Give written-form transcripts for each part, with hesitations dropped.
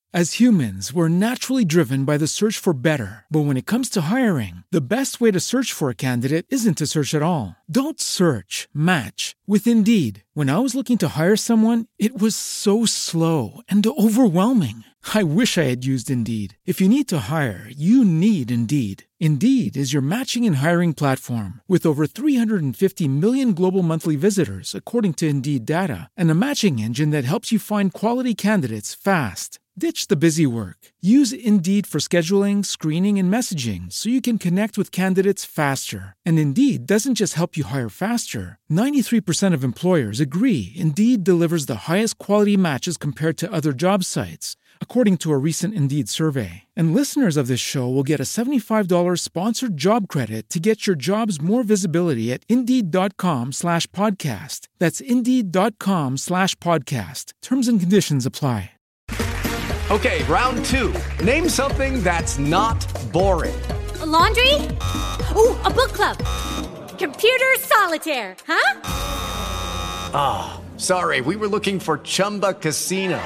As humans, we're naturally driven by the search for better. But when it comes to hiring, the best way to search for a candidate isn't to search at all. Don't search, match with Indeed. When I was looking to hire someone, it was so slow and overwhelming. I wish I had used Indeed. If you need to hire, you need Indeed. Indeed is your matching and hiring platform with over 350 million global monthly visitors, according to Indeed data, and a matching engine that helps you find quality candidates fast. Ditch the busy work. Use Indeed for scheduling, screening, and messaging so you can connect with candidates faster. And Indeed doesn't just help you hire faster. 93% of employers agree Indeed delivers the highest quality matches compared to other job sites, according to a recent Indeed survey. And listeners of this show will get a $75 sponsored job credit to get your jobs more visibility at Indeed.com/podcast. That's Indeed.com/podcast. Terms and conditions apply. Okay, round two. Name something that's not boring. A laundry? Ooh, a book club. Computer solitaire, huh? Ah, sorry, we were looking for Chumba Casino.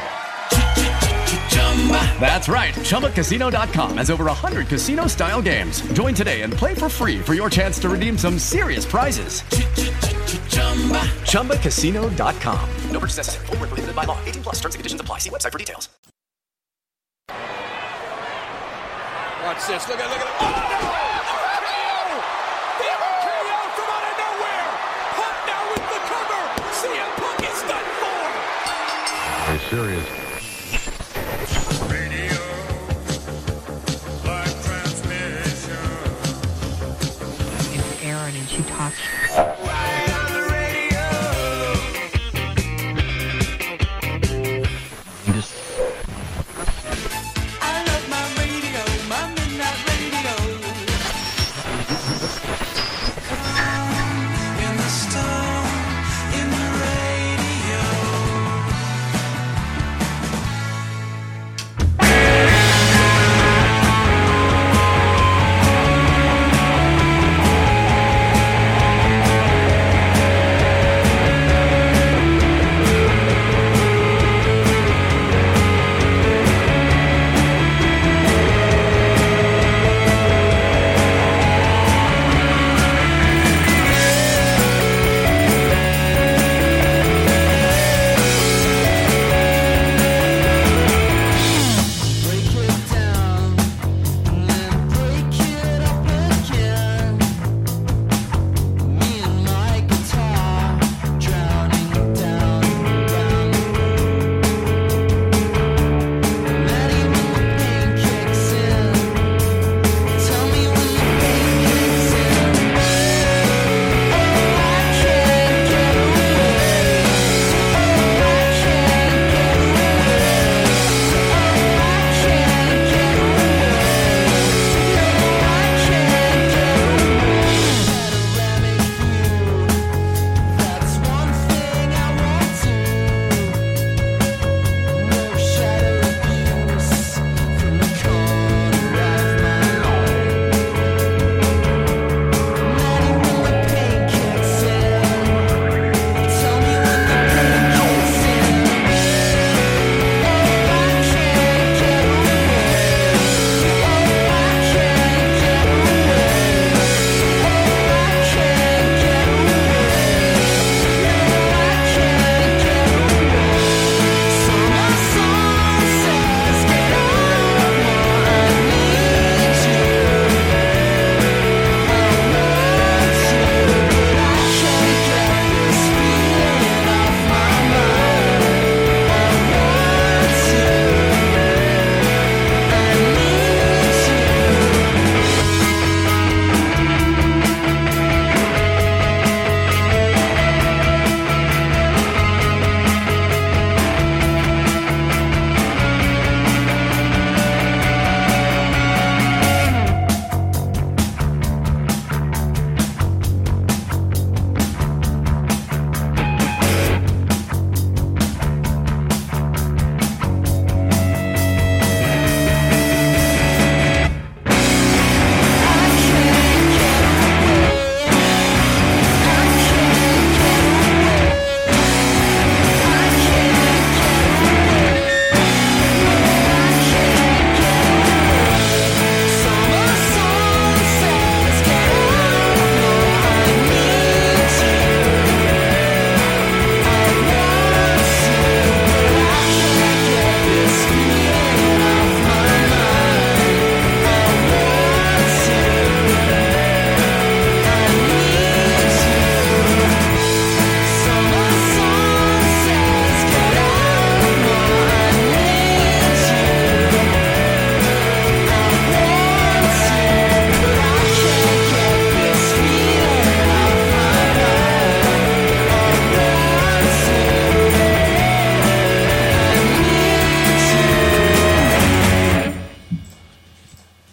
That's right, ChumbaCasino.com has over 100 casino-style games. Join today and play for free for your chance to redeem some serious prizes. ChumbaCasino.com. No purchase necessary. Void where prohibited by law. 18+. Terms and conditions apply. See website for details. Watch this. Look at it. Oh, no! RKO! The RKO from out of nowhere! Punk now with the cover! CM Punk is done for! Very serious. Radio, live transmission. It's Aaron and she talks. Right on the radio. I love my radio, my midnight radio. In the storm, in the radio.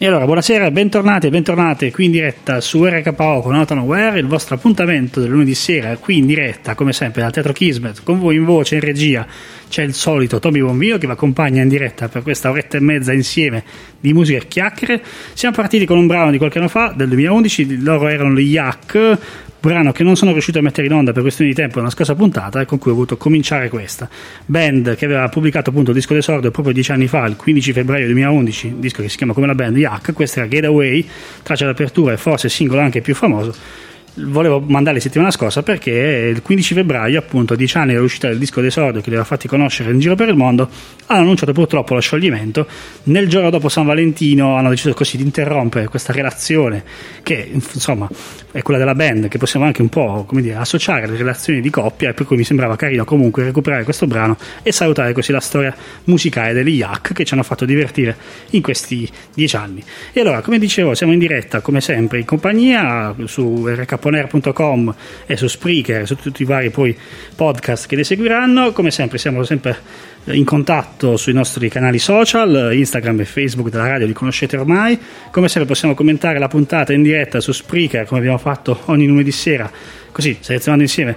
E allora, buonasera, bentornati e bentornate qui in diretta su RKO con Out of Nowhere, il vostro appuntamento del lunedì sera, qui in diretta, come sempre, dal Teatro Kismet, con voi in voce, in regia, c'è il solito Tommy Bombino che vi accompagna in diretta per questa oretta e mezza insieme di musica e chiacchiere. Siamo partiti con un brano di qualche anno fa, del 2011, loro erano gli Yak, brano che non sono riuscito a mettere in onda per questioni di tempo nella scorsa puntata e con cui ho voluto cominciare questa band che aveva pubblicato appunto il disco d'esordio proprio 10 anni fa, il 15 febbraio 2011, un disco che si chiama come la band Yak. Questa era Getaway, traccia d'apertura e forse il singolo anche più famoso. Volevo mandarli settimana scorsa perché il 15 febbraio, appunto 10 anni dall'uscita del disco d'esordio che li aveva fatti conoscere in giro per il mondo, hanno annunciato purtroppo lo scioglimento. Nel giorno dopo San Valentino hanno deciso così di interrompere questa relazione che insomma è quella della band, che possiamo anche un po', come dire, associare alle relazioni di coppia, e per cui mi sembrava carino comunque recuperare questo brano e salutare così la storia musicale degli Yak che ci hanno fatto divertire in questi 10 anni. E allora, come dicevo, siamo in diretta come sempre in compagnia su rkponer.com e su Spreaker, su tutti i vari poi podcast che ne seguiranno. Come sempre siamo sempre in contatto sui nostri canali social, Instagram e Facebook della radio, li conoscete ormai. Come sempre possiamo commentare la puntata in diretta su Spreaker, come abbiamo fatto ogni lunedì sera, così selezionando insieme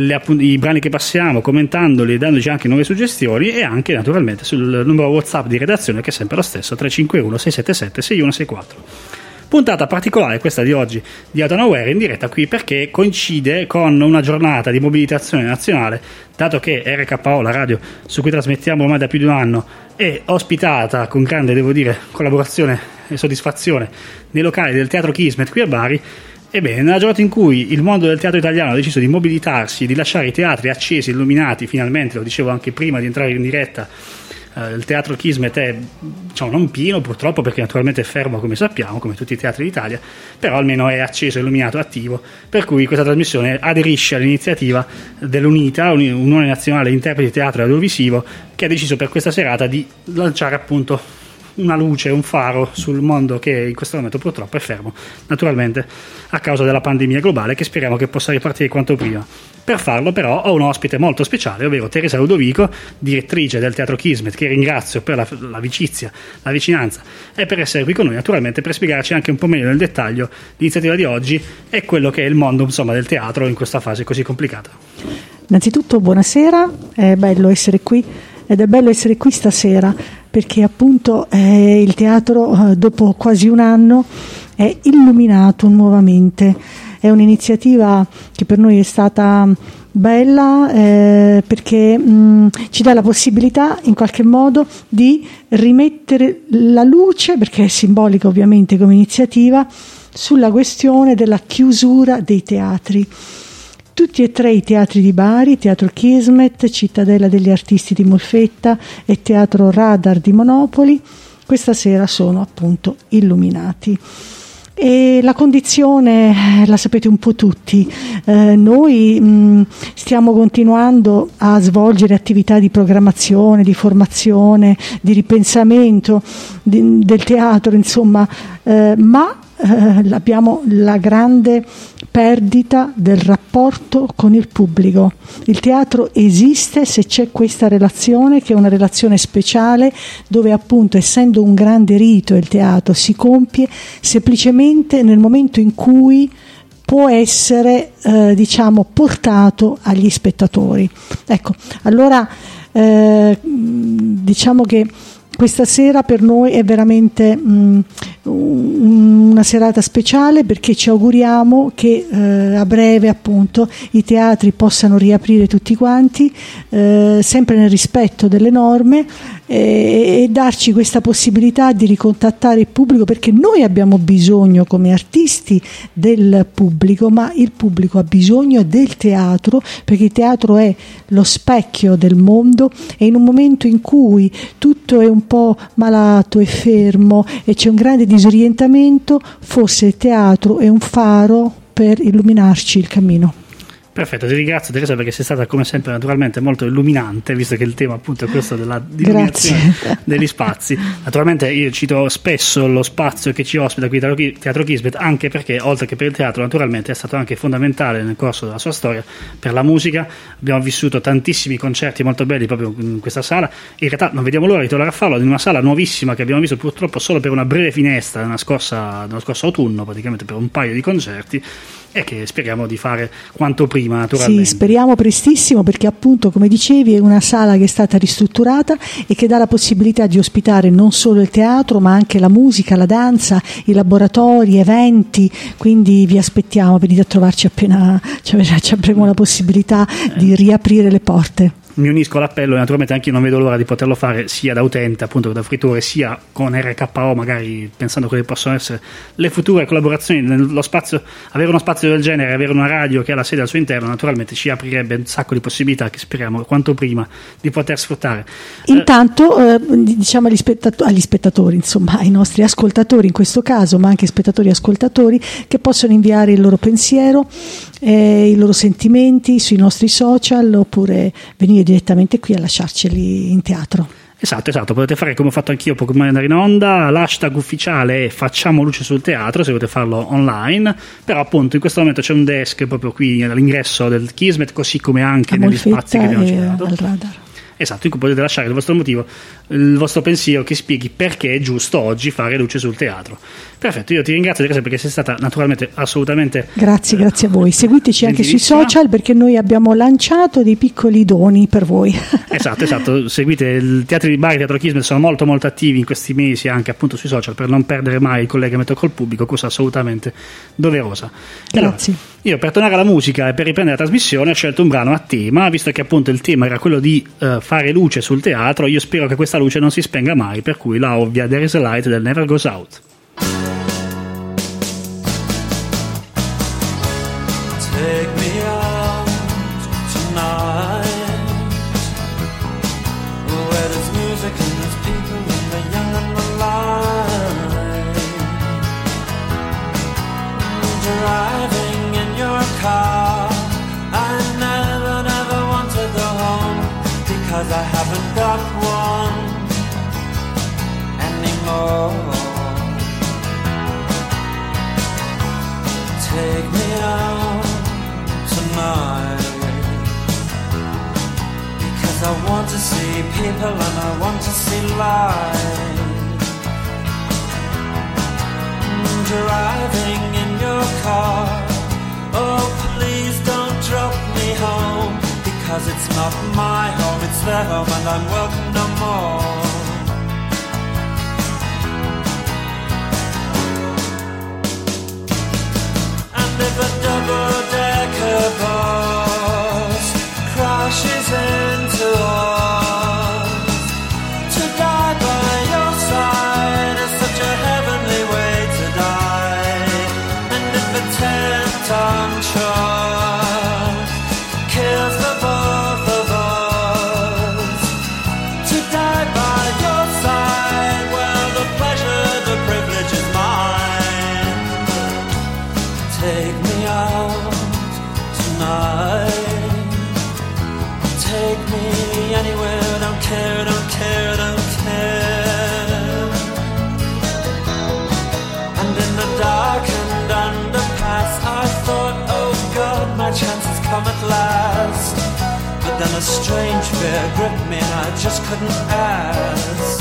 i brani che passiamo, commentandoli e dandoci anche nuove suggestioni, e anche naturalmente sul numero WhatsApp di redazione che è sempre lo stesso, 351 677 6164. Puntata particolare questa di oggi di Out of Nowhere in diretta qui perché coincide con una giornata di mobilitazione nazionale, dato che RKO, la radio su cui trasmettiamo ormai da più di un anno, è ospitata con grande, devo dire, collaborazione e soddisfazione nei locali del Teatro Kismet qui a Bari. Ebbene, nella giornata in cui il mondo del teatro italiano ha deciso di mobilitarsi, di lasciare i teatri accesi, illuminati, finalmente, lo dicevo anche prima di entrare in diretta, il Teatro Kismet è, diciamo, non pieno purtroppo perché naturalmente è fermo come sappiamo, come tutti i teatri d'Italia, però almeno è acceso, illuminato, attivo, per cui questa trasmissione aderisce all'iniziativa dell'UNITA, Unione Nazionale Interpreti Teatro e Audiovisivo, che ha deciso per questa serata di lanciare appunto una luce, un faro sul mondo che in questo momento purtroppo è fermo, naturalmente a causa della pandemia globale, che speriamo che possa ripartire quanto prima. Per farlo però ho un ospite molto speciale, ovvero Teresa Ludovico, direttrice del Teatro Kismet, che ringrazio per l'amicizia, la vicinanza e per essere qui con noi, naturalmente per spiegarci anche un po' meglio nel dettaglio l'iniziativa di oggi e quello che è il mondo, insomma, del teatro in questa fase così complicata. Innanzitutto buonasera, è bello essere qui ed è bello essere qui stasera perché appunto il teatro dopo quasi un anno è illuminato nuovamente. È un'iniziativa che per noi è stata bella perché ci dà la possibilità in qualche modo di rimettere la luce, perché è simbolica ovviamente come iniziativa, sulla questione della chiusura dei teatri. Tutti e tre i teatri di Bari, Teatro Kismet, Cittadella degli Artisti di Molfetta e Teatro Radar di Monopoli, questa sera sono appunto illuminati. E la condizione la sapete un po' tutti, noi stiamo continuando a svolgere attività di programmazione, di formazione, di ripensamento del teatro, insomma, ma abbiamo la grande perdita del rapporto con il pubblico. Il teatro esiste se c'è questa relazione, che è una relazione speciale, dove appunto, essendo un grande rito, il teatro si compie semplicemente nel momento in cui può essere portato agli spettatori. Ecco, allora diciamo che questa sera per noi è veramente una serata speciale, perché ci auguriamo che a breve appunto i teatri possano riaprire tutti quanti, sempre nel rispetto delle norme, e darci questa possibilità di ricontattare il pubblico, perché noi abbiamo bisogno come artisti del pubblico, ma il pubblico ha bisogno del teatro, perché il teatro è lo specchio del mondo, e in un momento in cui tutto è un po' malato e fermo e c'è un grande disorientamento, forse il teatro è un faro per illuminarci il cammino. Perfetto, ti ringrazio Teresa perché sei stata come sempre naturalmente molto illuminante, visto che il tema appunto è questo della illuminazione degli spazi. Naturalmente io cito spesso lo spazio che ci ospita qui Teatro Kismet, anche perché oltre che per il teatro naturalmente è stato anche fondamentale nel corso della sua storia per la musica. Abbiamo vissuto tantissimi concerti molto belli proprio in questa sala, in realtà non vediamo l'ora di tornare a farlo in una sala nuovissima che abbiamo visto purtroppo solo per una breve finestra nello scorso autunno, praticamente per un paio di concerti, e che speriamo di fare quanto prima naturalmente. Sì, speriamo prestissimo, perché appunto come dicevi è una sala che è stata ristrutturata e che dà la possibilità di ospitare non solo il teatro ma anche la musica, la danza, i laboratori, eventi, quindi vi aspettiamo, venite a trovarci appena ci avremo la possibilità di riaprire le porte. Mi unisco all'appello e naturalmente anche io non vedo l'ora di poterlo fare sia da utente, appunto da fruitore, sia con RKO, magari pensando a quelle che possono essere le future collaborazioni nello spazio. Avere uno spazio del genere, avere una radio che ha la sede al suo interno naturalmente ci aprirebbe un sacco di possibilità che speriamo quanto prima di poter sfruttare. Intanto diciamo agli spettatori, insomma ai nostri ascoltatori in questo caso, ma anche spettatori e ascoltatori, che possono inviare il loro pensiero, i loro sentimenti sui nostri social, oppure venire direttamente qui a lasciarceli in teatro. Esatto, potete fare come ho fatto anch'io poco prima di andare in onda. L'hashtag ufficiale è Facciamo Luce sul Teatro, se volete farlo online, però appunto in questo momento c'è un desk proprio qui all'ingresso del Kismet, così come anche negli spazi che abbiamo citato al radar. Esatto, in cui potete lasciare il vostro motivo, il vostro pensiero che spieghi perché è giusto oggi fare luce sul teatro. Perfetto, io ti ringrazio perché sei stata naturalmente assolutamente grazie a voi. Seguiteci anche sui social, perché noi abbiamo lanciato dei piccoli doni per voi. Esatto, seguite il Teatro di Bari, il Teatro Kismet, sono molto attivi in questi mesi anche appunto sui social per non perdere mai il collegamento col pubblico, cosa assolutamente doverosa. Grazie. Allora, io per tornare alla musica e per riprendere la trasmissione ho scelto un brano a tema, visto che appunto il tema era quello di fare luce sul teatro. Io spero che questa luce non si spenga mai, per cui la ovvia There is a Light del Never Goes Out. Take me out tonight, where there's music and there's people and the young and the light. Driving in your car, I never want to go home, because I haven't got one anymore. Take me out tonight, because I want to see people and I want to see light. Driving in your car, oh please don't drop me home, because it's not my home, it's their home and I'm welcome no more. And if a double-decker bus crashes into us, to die by your side is such a heavenly way to die. And if a 10-ton truck kills the both of us, to die by your side, well, the pleasure, the privilege is mine. Take me out tonight, take me anywhere, don't care, don't care, don't care. And in the darkened underpass I thought, oh God, my chance has come at last. But then a strange fear gripped me and I just couldn't ask.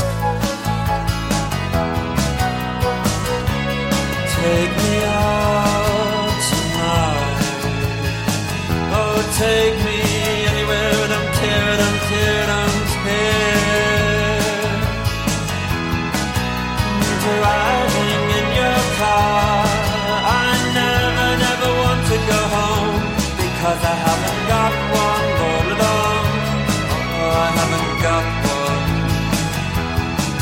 Take me out tonight, oh take me anywhere, don't care, don't care, don't care. Driving in your car, I never want to go home, because I haven't got one all alone. Oh, I haven't got one.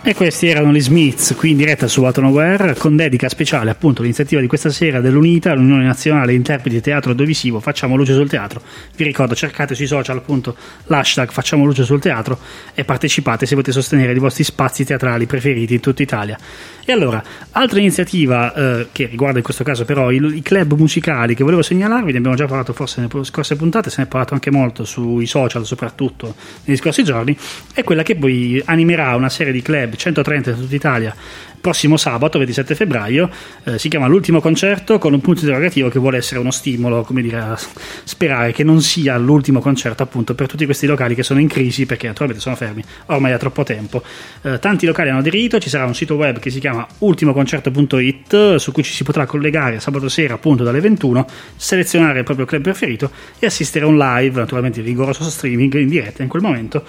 E questi erano gli Smiths qui in diretta su Out Nowhere, con dedica speciale appunto all'iniziativa di questa sera dell'UNITA, l'Unione Nazionale Interpreti Teatro Audiovisivo Facciamo Luce sul Teatro. Vi ricordo, cercate sui social appunto l'hashtag Facciamo Luce sul Teatro e partecipate se volete sostenere i vostri spazi teatrali preferiti in tutta Italia. E allora, altra iniziativa che riguarda in questo caso però i club musicali che volevo segnalarvi, ne abbiamo già parlato forse nelle scorse puntate, se ne è parlato anche molto sui social soprattutto negli scorsi giorni, è quella che poi animerà una serie di club 130 in tutta Italia prossimo sabato 27 febbraio, si chiama L'ultimo concerto, con un punto interrogativo che vuole essere uno stimolo, come dire, a sperare che non sia l'ultimo concerto appunto per tutti questi locali che sono in crisi, perché naturalmente sono fermi ormai da troppo tempo. Tanti locali hanno aderito, ci sarà un sito web che si chiama ultimoconcerto.it su cui ci si potrà collegare sabato sera appunto dalle 21, selezionare il proprio club preferito e assistere a un live, naturalmente in rigoroso streaming in diretta in quel momento,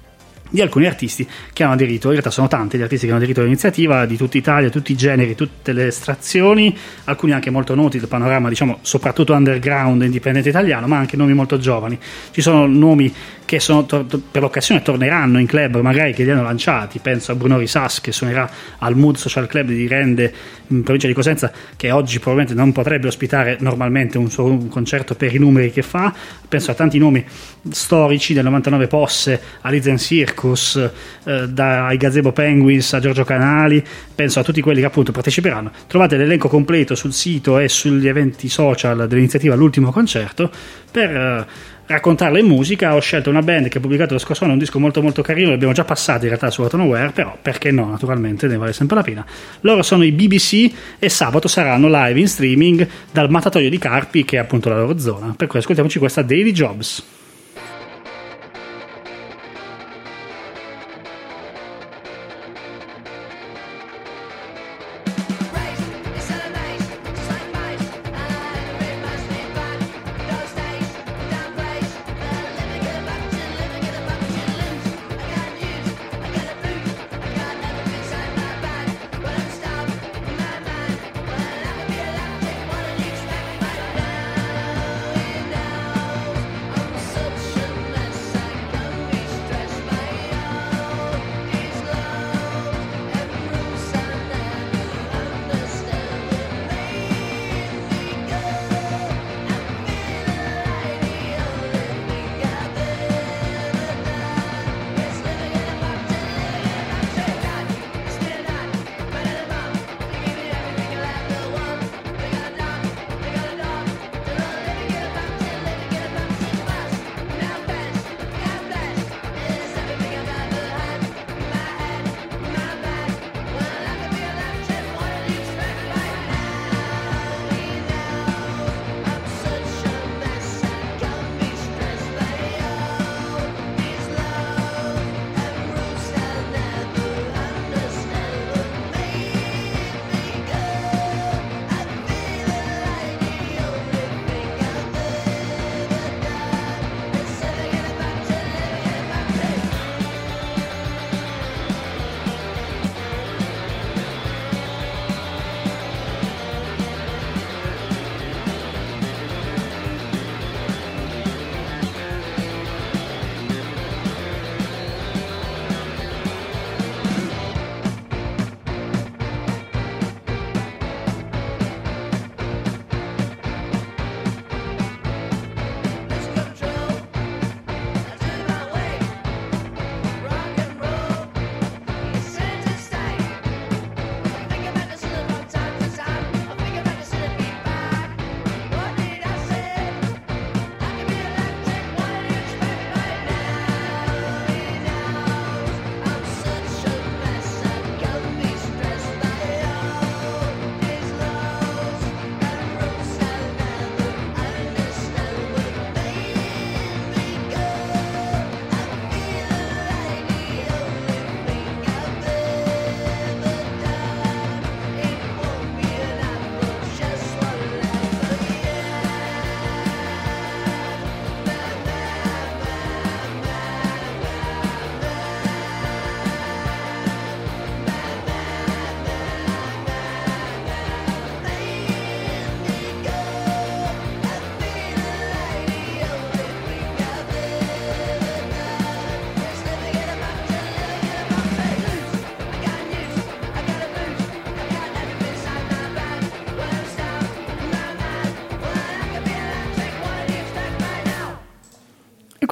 di alcuni artisti che hanno aderito. In realtà sono tanti gli artisti che hanno aderito all'iniziativa, di tutta Italia, tutti i generi, tutte le estrazioni, alcuni anche molto noti del panorama, diciamo, soprattutto underground indipendente italiano, ma anche nomi molto giovani. Ci sono nomi che sono per l'occasione torneranno in club magari che li hanno lanciati, penso a Bruno Risas che suonerà al Mood Social Club di Rende in provincia di Cosenza, che oggi probabilmente non potrebbe ospitare normalmente un concerto per i numeri che fa. Penso a tanti nomi storici del 99 Posse, Alizen Circus, dai Gazebo Penguins a Giorgio Canali, penso a tutti quelli che appunto parteciperanno. Trovate l'elenco completo sul sito e sugli eventi social dell'iniziativa L'ultimo concerto per raccontarla in musica. Ho scelto una band che ha pubblicato lo scorso anno un disco molto molto carino, l'abbiamo già passato in realtà su Out Nowhere, però perché no, naturalmente ne vale sempre la pena. Loro sono i BBC e sabato saranno live in streaming dal Mattatoio di Carpi, che è appunto la loro zona, per cui ascoltiamoci questa Daily Jobs. So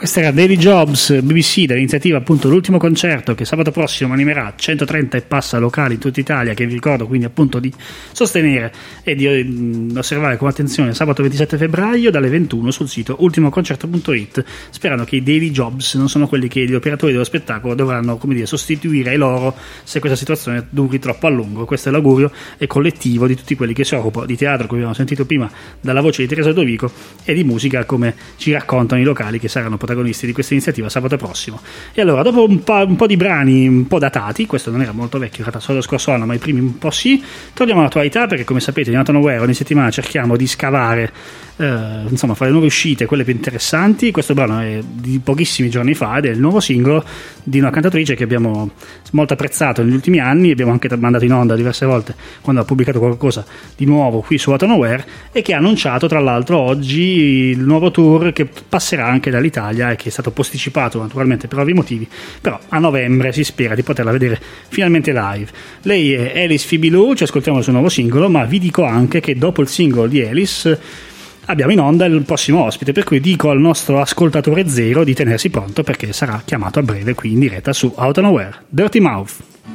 Questa era Daily Jobs, BBC, dall'iniziativa appunto L'ultimo concerto, che sabato prossimo animerà 130 e passa locali in tutta Italia, che vi ricordo quindi appunto di sostenere e di osservare con attenzione sabato 27 febbraio dalle 21 sul sito ultimoconcerto.it, sperando che i Daily Jobs non sono quelli che gli operatori dello spettacolo dovranno, come dire, sostituire ai loro se questa situazione duri troppo a lungo. Questo è l'augurio e collettivo di tutti quelli che si occupano di teatro, come abbiamo sentito prima dalla voce di Teresa Dovico, e di musica, come ci raccontano i locali che saranno protagonisti di questa iniziativa sabato prossimo. E allora, dopo un po' di brani un po' datati, questo non era molto vecchio, in realtà solo lo scorso anno, ma i primi un po' sì, torniamo all'attualità, perché come sapete in Autumn Aware ogni settimana cerchiamo di scavare, insomma, fare nuove uscite, quelle più interessanti. Questo brano è di pochissimi giorni fa ed è il nuovo singolo di una cantatrice che abbiamo molto apprezzato negli ultimi anni, abbiamo anche mandato in onda diverse volte quando ha pubblicato qualcosa di nuovo qui su Autumn Aware, e che ha annunciato tra l'altro oggi il nuovo tour che passerà anche dall'Italia e che è stato posticipato naturalmente per ovvi motivi, però a novembre si spera di poterla vedere finalmente live. Lei è Alice Fibilou, ci ascoltiamo il suo nuovo singolo, ma vi dico anche che dopo il singolo di Alice abbiamo in onda il prossimo ospite, per cui dico al nostro ascoltatore zero di tenersi pronto, perché sarà chiamato a breve qui in diretta su Autumn Aware. Dirty Mouth.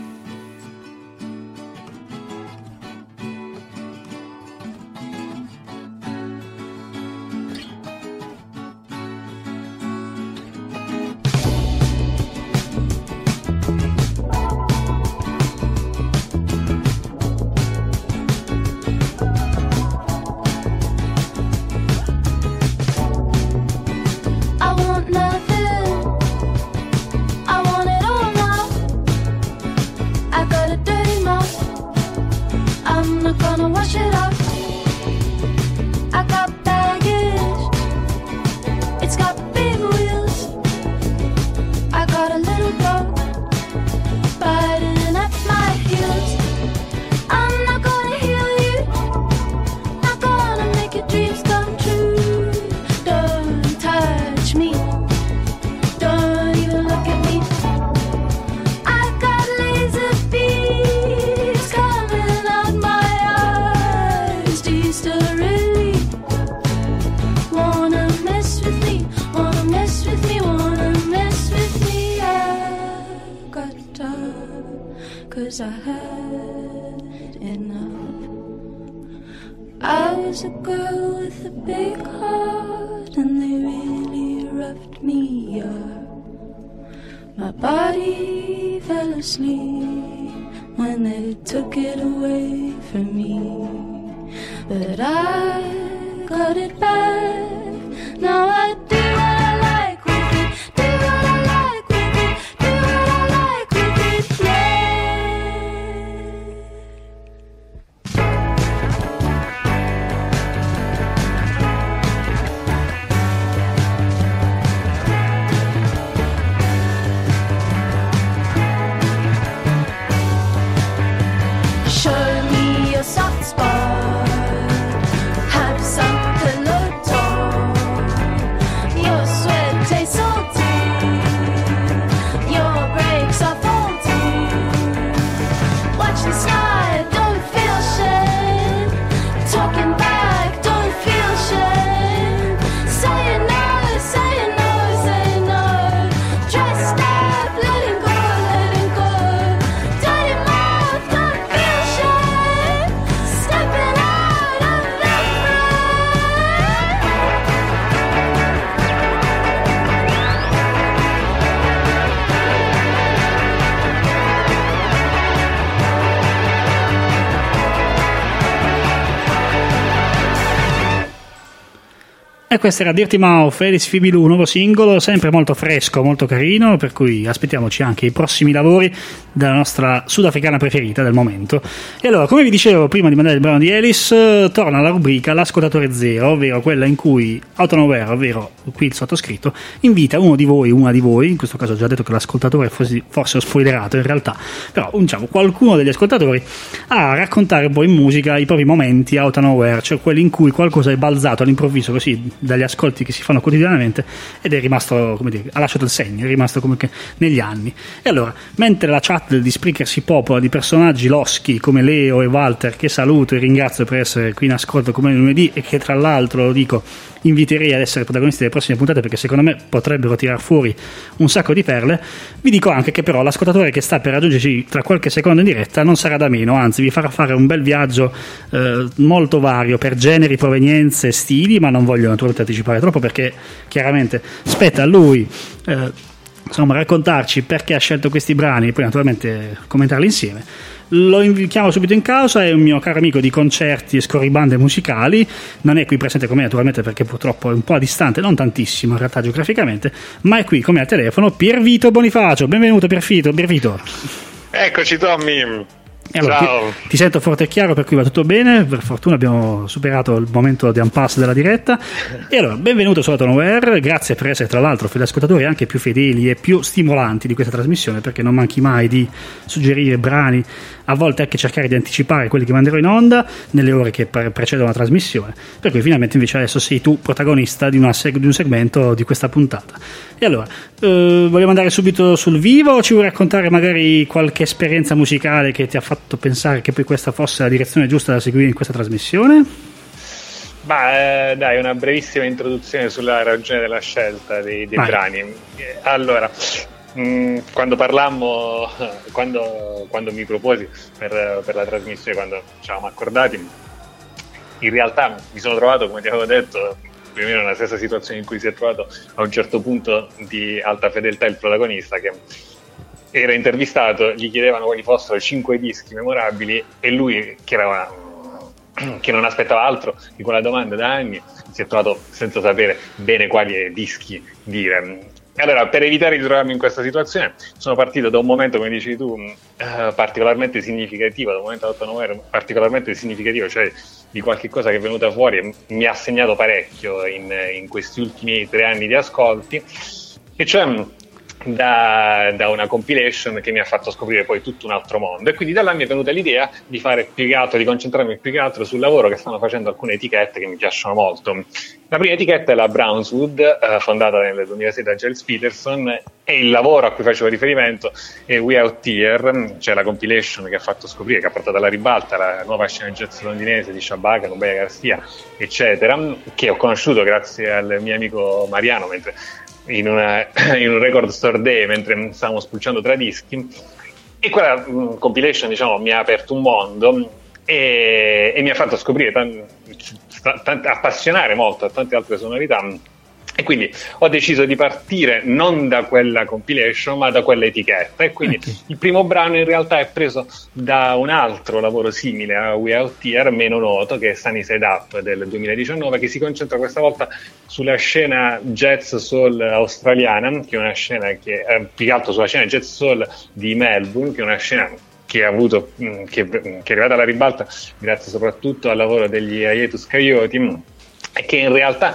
E questo era Dirty Mouth, Alice Fibilou, nuovo singolo, sempre molto fresco, molto carino, per cui aspettiamoci anche i prossimi lavori della nostra sudafricana preferita del momento. E allora, come vi dicevo prima di mandare il brano di Alice, torna la rubrica L'Ascoltatore Zero, ovvero quella in cui Autumn Aware, ovvero qui il sottoscritto, invita uno di voi, una di voi, in questo caso ho già detto che l'ascoltatore forse ho spoilerato in realtà, però diciamo qualcuno degli ascoltatori, a raccontare un po' in musica i propri momenti Autumn Aware, cioè quelli in cui qualcosa è balzato all'improvviso così dagli ascolti che si fanno quotidianamente, ed è rimasto, come dire, ha lasciato il segno, è rimasto come che negli anni. E allora, mentre la chat di Spreaker si popola di personaggi loschi come Leo e Walter, che saluto e ringrazio per essere qui in ascolto come lunedì, e che tra l'altro, lo dico, inviterei ad essere protagonisti delle prossime puntate, perché secondo me potrebbero tirar fuori un sacco di perle, vi dico anche che però l'ascoltatore che sta per raggiungerci tra qualche secondo in diretta non sarà da meno, anzi vi farà fare un bel viaggio molto vario per generi, provenienze, stili, ma non voglio naturalmente anticipare troppo, perché chiaramente spetta a lui insomma raccontarci perché ha scelto questi brani e poi naturalmente commentarli insieme. Lo chiamo subito in causa, è un mio caro amico di concerti e scorribande musicali, non è qui presente con me naturalmente perché purtroppo è un po' distante, non tantissimo in realtà geograficamente, ma è qui con me al telefono Piervito Bonifacio. Benvenuto Piervito. Eccoci Tommy. Allora, ciao. Ti sento forte e chiaro, per cui va tutto bene, per fortuna abbiamo superato il momento di impasse della diretta. E allora, benvenuto su Autonoware, grazie per essere tra l'altro fra gli ascoltatori anche più fedeli e più stimolanti di questa trasmissione, perché non manchi mai di suggerire brani, a volte anche cercare di anticipare quelli che manderò in onda nelle ore che precedono la trasmissione, per cui finalmente invece adesso sei tu protagonista di un segmento di questa puntata. E allora, vogliamo andare subito sul vivo o ci vuoi raccontare magari qualche esperienza musicale che ti ha fatto pensare che poi questa fosse la direzione giusta da seguire in questa trasmissione? Dai, una brevissima introduzione sulla ragione della scelta dei brani. Allora, quando parlammo, quando mi proposi per la trasmissione, quando ci eravamo accordati, in realtà mi sono trovato, come ti avevo detto, più o meno nella stessa situazione in cui si è trovato a un certo punto di Alta Fedeltà il protagonista, che era intervistato, gli chiedevano quali fossero 5 dischi memorabili e lui, che non aspettava altro di quella domanda da anni, si è trovato senza sapere bene quali dischi dire. E allora, per evitare di trovarmi in questa situazione, sono partito da un momento, come dici tu, particolarmente significativo, da un momento particolarmente significativo, cioè di qualche cosa che è venuta fuori e mi ha segnato parecchio in questi ultimi 3 anni di ascolti, e cioè da una compilation che mi ha fatto scoprire poi tutto un altro mondo, e quindi da là mi è venuta l'idea di concentrarmi più che altro sul lavoro che stanno facendo alcune etichette che mi piacciono molto. La prima etichetta è la Brownswood, fondata nel 2006 da Giles Peterson, e il lavoro a cui facevo riferimento è We Out Here, cioè la compilation che ha fatto scoprire, che ha portato alla ribalta la nuova scena jazz londinese di Shabaka, Nubia Garcia, eccetera, che ho conosciuto grazie al mio amico Mariano mentre in un record store day, mentre stavamo spulciando tra dischi, e quella compilation, diciamo, mi ha aperto un mondo e mi ha fatto scoprire appassionare molto a tante altre sonorità, e quindi ho deciso di partire non da quella compilation ma da quella etichetta, e quindi il primo brano in realtà è preso da un altro lavoro simile a We Out Here, meno noto, che è Sunny Side Up del 2019, che si concentra questa volta sulla scena jazz soul australiana, che è una scena che più che altro sulla scena jazz soul di Melbourne, che è una scena che è arrivata alla ribalta grazie soprattutto al lavoro degli Hiatus Coyote, e che in realtà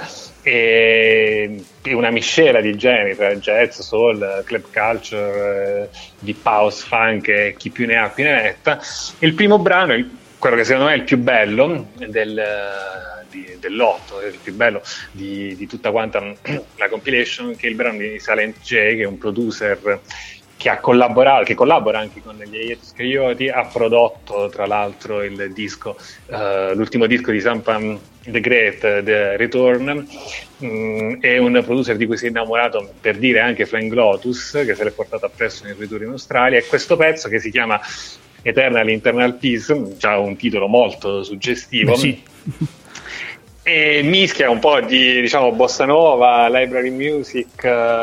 è una miscela di generi tra jazz, soul, club culture, deep house, funk e chi più ne ha più ne metta. Il primo brano, quello che secondo me è il più bello dell'otto, è il più bello di tutta quanta la compilation, che è il brano di Silent J, che è un producer che collabora anche con gli Hiatus Coyote, ha prodotto tra l'altro il disco, l'ultimo disco di Sampan The Great, The Return. È un producer di cui si è innamorato, per dire, anche Flying Lotus, che se l'è portato appresso nel ritorno in Australia, e questo pezzo, che si chiama Eternal Internal Peace, già un titolo molto suggestivo, sì. E mischia un po' di, diciamo, bossa nova, library music,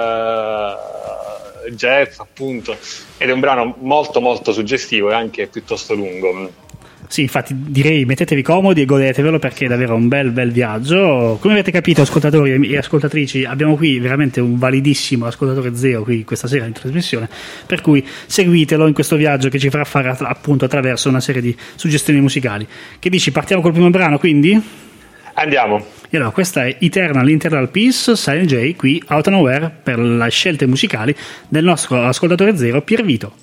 jazz appunto, ed è un brano molto molto suggestivo e anche piuttosto lungo. Sì, infatti direi mettetevi comodi e godetevelo, perché è davvero un bel viaggio. Come avete capito, ascoltatori e ascoltatrici, abbiamo qui veramente un validissimo ascoltatore zio qui questa sera in trasmissione, per cui seguitelo in questo viaggio che ci farà fare appunto attraverso una serie di suggestioni musicali. Che dici, partiamo col primo brano quindi? Andiamo. E allora, questa è Eternal Internal Peace, Silent J, qui Autonoware, per le scelte musicali del nostro ascoltatore zero Piervito.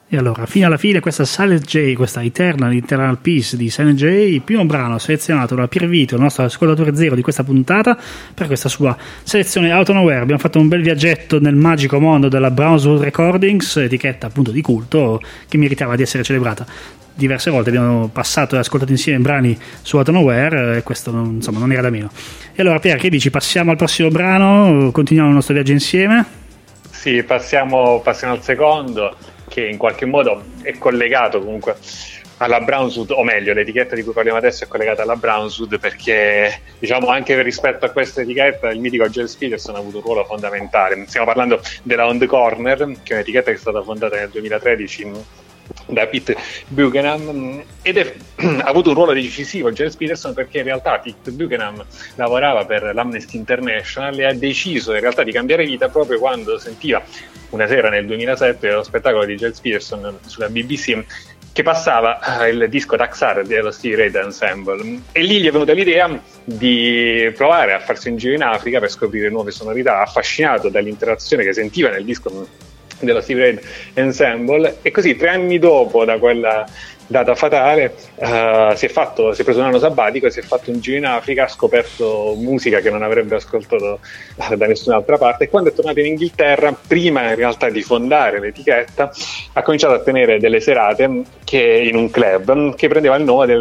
E allora, fino alla fine, questa Silent J, questa Eternal Peace di Silent J, il primo brano selezionato da Pier Vito, il nostro ascoltatore zero di questa puntata, per questa sua selezione Out of Nowhere. Abbiamo fatto un bel viaggetto nel magico mondo della Brownswood Recordings, etichetta appunto di culto che meritava di essere celebrata. Diverse volte abbiamo passato e ascoltato insieme brani su Out of Nowhere e questo non era da meno. E allora Pier, che dici? Passiamo al prossimo brano, continuiamo il nostro viaggio insieme? Sì, passiamo al secondo, che in qualche modo è collegato comunque alla Brownswood, o meglio l'etichetta di cui parliamo adesso è collegata alla Brownswood, perché diciamo anche rispetto a questa etichetta il mitico Gilles Peterson ha avuto un ruolo fondamentale. Stiamo parlando della On The Corner, che è un'etichetta che è stata fondata nel 2013 da Pete Buchanan ed ha avuto un ruolo decisivo Gilles Peterson, perché in realtà Pete Buchanan lavorava per l'Amnesty International e ha deciso in realtà di cambiare vita proprio quando sentiva una sera nel 2007 lo spettacolo di Gilles Peterson sulla BBC che passava il disco Daxar dello Stevie Ray Ensemble, e lì gli è venuta l'idea di provare a farsi un giro in Africa per scoprire nuove sonorità, affascinato dall'interazione che sentiva nel disco dello Stevie Ray Ensemble, e così 3 anni dopo da quella data fatale si è preso un anno sabbatico e si è fatto un giro in Africa, ha scoperto musica che non avrebbe ascoltato da nessun'altra parte, e quando è tornato in Inghilterra, prima in realtà di fondare l'etichetta, ha cominciato a tenere delle serate in un club che prendeva il nome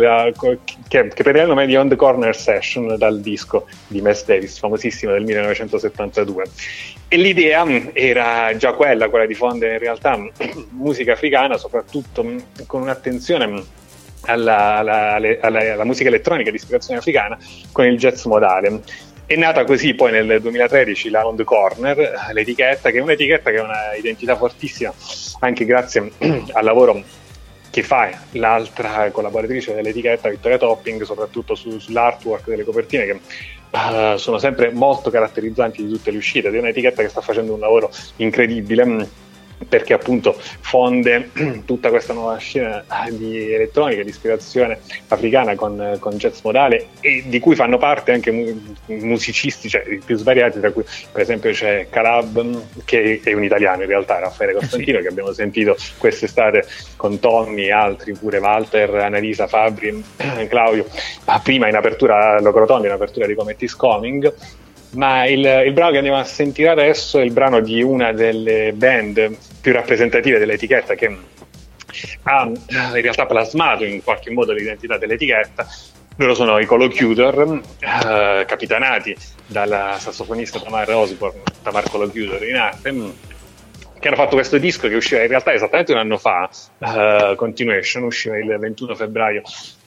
di On The Corner Session, dal disco di Miles Davis famosissimo del 1972. E l'idea era già quella di fondere in realtà musica africana, soprattutto con un'attenzione alla musica elettronica di ispirazione africana con il jazz modale. È nata così poi nel 2013 la On The Corner, l'etichetta, che è un'etichetta che ha una identità fortissima anche grazie al lavoro che fa l'altra collaboratrice dell'etichetta, Vittoria Topping, soprattutto sull'artwork delle copertine, che sono sempre molto caratterizzanti di tutte le uscite. È un'etichetta che sta facendo un lavoro incredibile, perché appunto fonde tutta questa nuova scena di elettronica di ispirazione africana con jazz modale, e di cui fanno parte anche musicisti, cioè più svariati, tra cui per esempio c'è Calab, che è un italiano in realtà, Raffaele Costantino, che abbiamo sentito quest'estate con Tommy e altri, pure Walter, Annalisa, Fabri, Claudio, prima in apertura Locrotondi, in apertura di Comet Is Coming. Ma il brano che andiamo a sentire adesso è il brano di una delle band più rappresentative dell'etichetta, che ha in realtà plasmato in qualche modo l'identità dell'etichetta. Loro sono i Collocutor, capitanati dalla sassofonista Tamar Collocutor in arte, che hanno fatto questo disco che usciva in realtà esattamente un anno fa, Continuation, usciva il 21 febbraio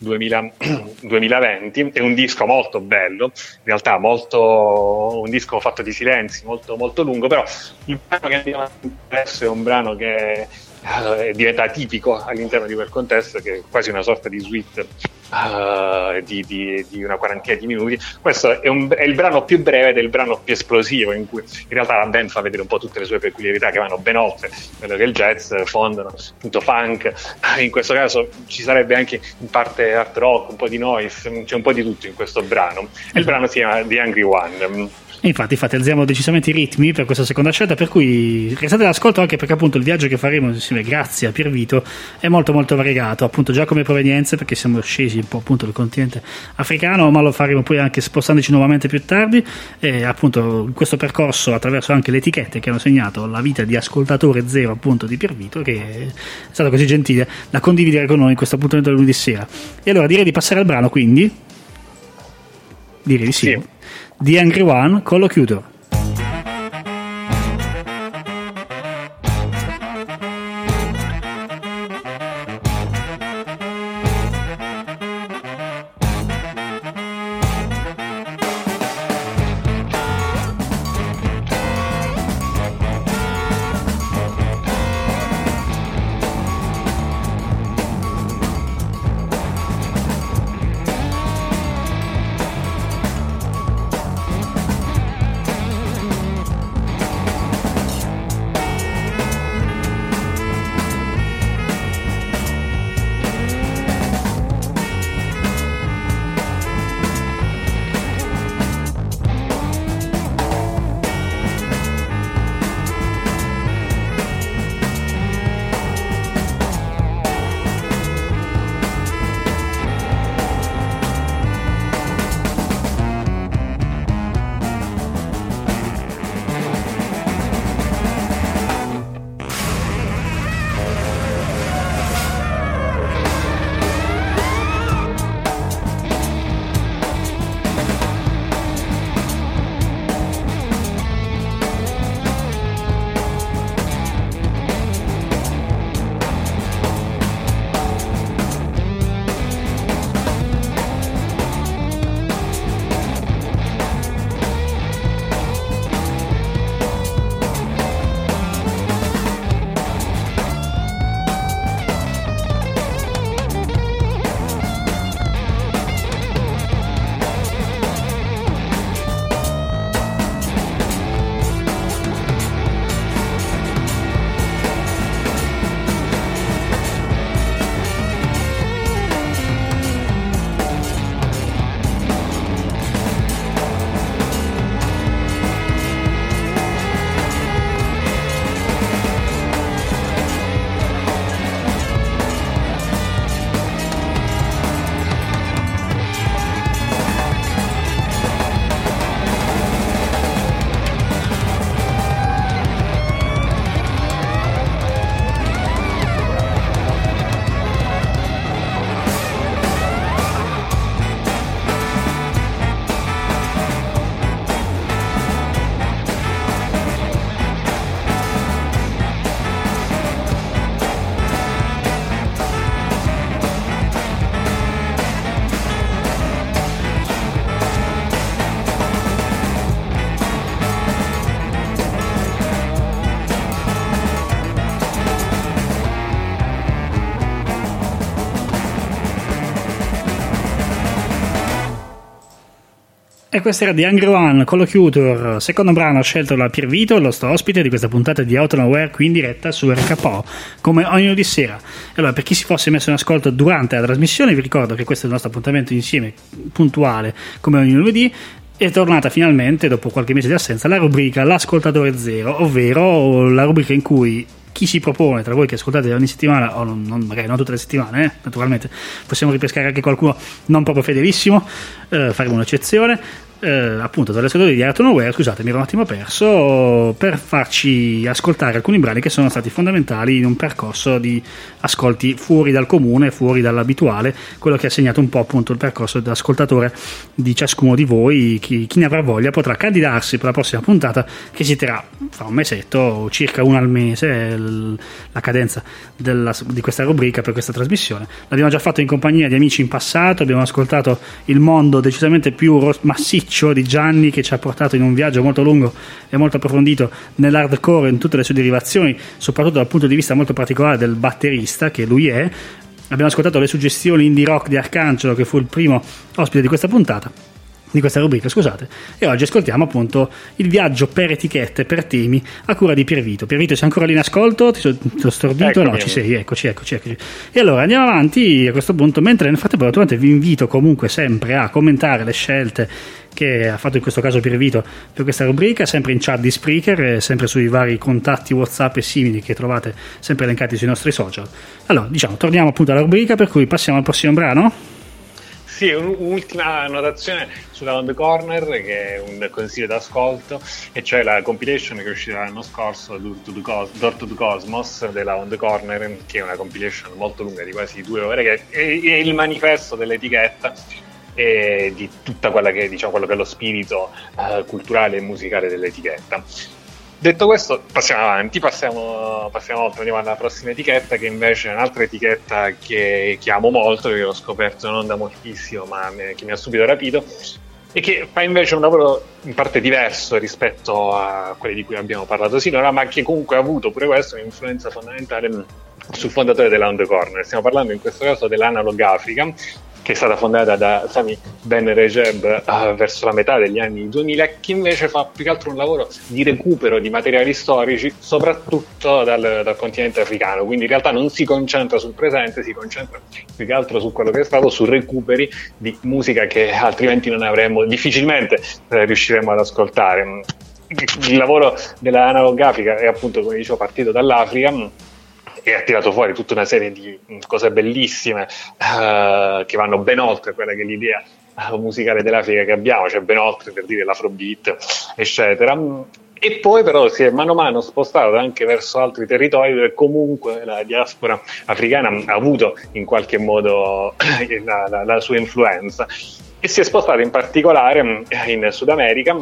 2020, è un disco molto bello, in realtà un disco fatto di silenzi, molto, molto lungo, però il brano che andiamo adesso è un brano che diventa tipico all'interno di quel contesto, che è quasi una sorta di suite di una quarantina di minuti. Questo è il brano più breve ed è il brano più esplosivo, in cui in realtà la band fa vedere un po' tutte le sue peculiarità che vanno ben oltre quello che è il jazz, fondono appunto funk, in questo caso ci sarebbe anche in parte art rock, un po' di noise, c'è un po' di tutto in questo brano. Il brano si chiama The Angry One. Infatti alziamo decisamente i ritmi per questa seconda scelta, per cui restate all'ascolto, anche perché appunto il viaggio che faremo insieme grazie a Pier Vito è molto molto variegato, appunto già come provenienze, perché siamo scesi un po' appunto del continente africano, ma lo faremo poi anche spostandoci nuovamente più tardi, e appunto in questo percorso attraverso anche le etichette che hanno segnato la vita di ascoltatore zero appunto di Pier Vito, che è stato così gentile da condividere con noi in questo appuntamento del lunedì sera. E allora direi di passare al brano, quindi direi di sì. The Angry One, Collocutor. E questa era di Angry One, Collocutor, secondo brano scelto da Piervito, il nostro ospite di questa puntata di Out on Aware, qui in diretta su RKO, come ogni lunedì sera. Allora, per chi si fosse messo in ascolto durante la trasmissione, vi ricordo che questo è il nostro appuntamento insieme puntuale, come ogni lunedì. È tornata finalmente, dopo qualche mese di assenza, la rubrica L'Ascoltatore Zero, ovvero la rubrica in cui chi si propone tra voi che ascoltate ogni settimana, o magari non tutte le settimane, naturalmente possiamo ripescare anche qualcuno non proprio fedelissimo, faremo un'eccezione, appunto dalle ascoltatori di Out on Aware, scusate mi ero un attimo perso, per farci ascoltare alcuni brani che sono stati fondamentali in un percorso di ascolti fuori dal comune, fuori dall'abituale, quello che ha segnato un po' appunto il percorso da-ascoltatore di ciascuno di voi. Chi ne avrà voglia potrà candidarsi per la prossima puntata, che si terrà fra un mesetto, circa una al mese, la cadenza di questa rubrica per questa trasmissione. L'abbiamo già fatto in compagnia di amici in passato, abbiamo ascoltato il mondo decisamente più massiccio di Gianni, che ci ha portato in un viaggio molto lungo e molto approfondito nell'hardcore in tutte le sue derivazioni, soprattutto dal punto di vista molto particolare del batterista che lui è. Abbiamo ascoltato le suggestioni indie rock di Arcangelo, che fu il primo ospite di questa puntata, di questa rubrica, scusate, e oggi ascoltiamo appunto il viaggio per etichette, per temi, a cura di Piervito. Piervito, sei ancora lì in ascolto? Ti ho stordito? No, ci sei, eccoci. E allora andiamo avanti a questo punto, mentre nel frattempo naturalmente vi invito comunque sempre a commentare le scelte che ha fatto in questo caso Piervito per questa rubrica, sempre in chat di Spreaker, sempre sui vari contatti WhatsApp e simili che trovate sempre elencati sui nostri social. Allora, torniamo appunto alla rubrica, per cui passiamo al prossimo brano. Sì, un'ultima notazione sulla On The Corner, che è un consiglio d'ascolto, e cioè la compilation che è uscita l'anno scorso, Door to the Cosmos, della On The Corner, che è una compilation molto lunga di quasi 2 ore, che è il manifesto dell'etichetta e di tutta quella che quello che è lo spirito culturale e musicale dell'etichetta. Detto questo, passiamo avanti, passiamo oltre, andiamo alla prossima etichetta, che invece è un'altra etichetta che amo molto, che ho scoperto non da moltissimo, ma che mi ha subito rapito, e che fa invece un lavoro in parte diverso rispetto a quelli di cui abbiamo parlato sinora, ma che comunque ha avuto pure questo un'influenza fondamentale sul fondatore della On The Corner. Stiamo parlando in questo caso dell'Analog Africa, che è stata fondata da Sami Ben Rejeb verso la metà degli anni 2000, che invece fa più che altro un lavoro di recupero di materiali storici, soprattutto dal continente africano. Quindi in realtà non si concentra sul presente, si concentra più che altro su quello che è stato, su recuperi di musica che altrimenti non avremmo, difficilmente riusciremo ad ascoltare. Il lavoro della Analog Africa è appunto, come dicevo, partito dall'Africa e ha tirato fuori tutta una serie di cose bellissime che vanno ben oltre quella che è l'idea musicale dell'Africa che abbiamo, cioè ben oltre, per dire, l'afrobeat, eccetera. E poi però si è mano a mano spostato anche verso altri territori dove comunque la diaspora africana ha avuto in qualche modo la sua influenza, e si è spostato in particolare in Sud America.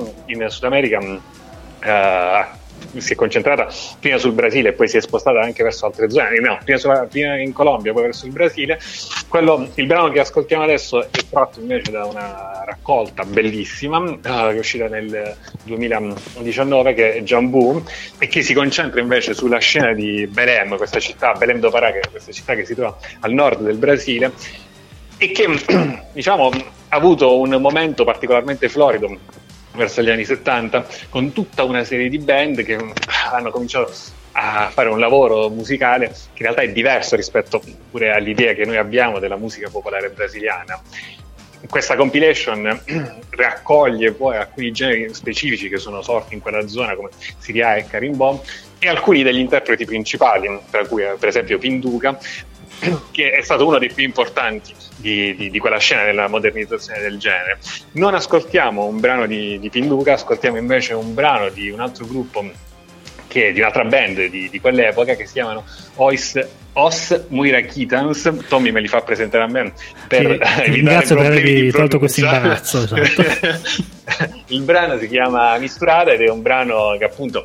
Si è concentrata prima sul Brasile e poi si è spostata anche verso altre zone, prima in Colombia, poi verso il Brasile. Il brano che ascoltiamo adesso è tratto invece da una raccolta bellissima che è uscita nel 2019, che è Jambu, e che si concentra invece sulla scena di Belém, questa città, Belém do Pará, che è questa città che si trova al nord del Brasile e che ha avuto un momento particolarmente florido verso gli anni 70, con tutta una serie di band che hanno cominciato a fare un lavoro musicale che in realtà è diverso rispetto pure all'idea che noi abbiamo della musica popolare brasiliana. Questa compilation raccoglie poi alcuni generi specifici che sono sorti in quella zona, come Siria e Carimbó, e alcuni degli interpreti principali, tra cui per esempio Pinduca, che è stato uno dei più importanti di quella scena della modernizzazione del genere. Non ascoltiamo un brano di Pinduca, ascoltiamo invece un brano di un altro gruppo, che di un'altra band di quell'epoca, che si chiamano Os Muirachitans. Tommy me li fa presentare a me per evitare problemi di tolto questo imbarazzo. Esatto. Il brano si chiama Misturata ed è un brano che appunto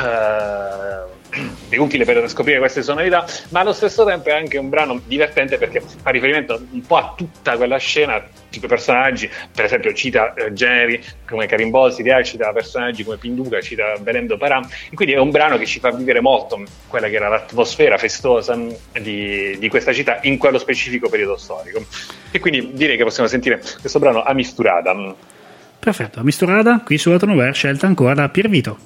è utile per scoprire queste sonorità, ma allo stesso tempo è anche un brano divertente perché fa riferimento un po' a tutta quella scena, tipo personaggi, per esempio cita generi come Carimbó, Siria, cita personaggi come Pinduca, cita Belém do Pará, e quindi è un brano che ci fa vivere molto quella che era l'atmosfera festosa di questa città in quello specifico periodo storico. E quindi direi che possiamo sentire questo brano a Misturata. Perfetto, misturata qui su Autonoware, scelta ancora da Piervito.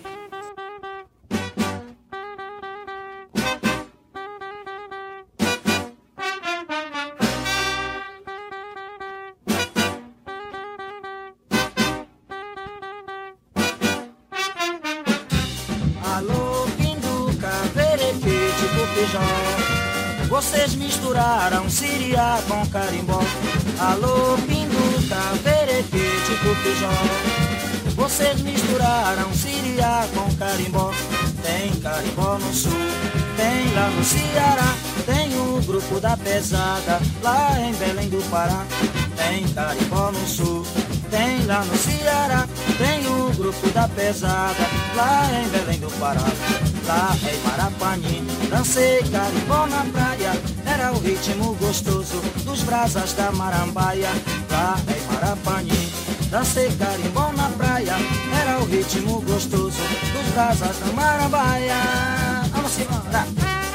Alô, Pinduca, Verequete, Cupijó, vocês misturaram Siriá com carimbó. Alô, Pinduca, Verequete, Cupijó, vocês misturaram Siriá com carimbó. Tem carimbó no sul, tem lá no Ceará, tem o grupo da pesada lá em Belém do Pará. Tem carimbó no sul, tem lá no Ceará, tem o grupo da pesada lá em Belém do Pará. Lá em Marapani, dancei carimbó na praia, era o ritmo gostoso dos brasas da marambaia. Lá em Marapani, dancei carimbó na praia, era o ritmo gostoso dos brasas da marambaia. Vamos embora!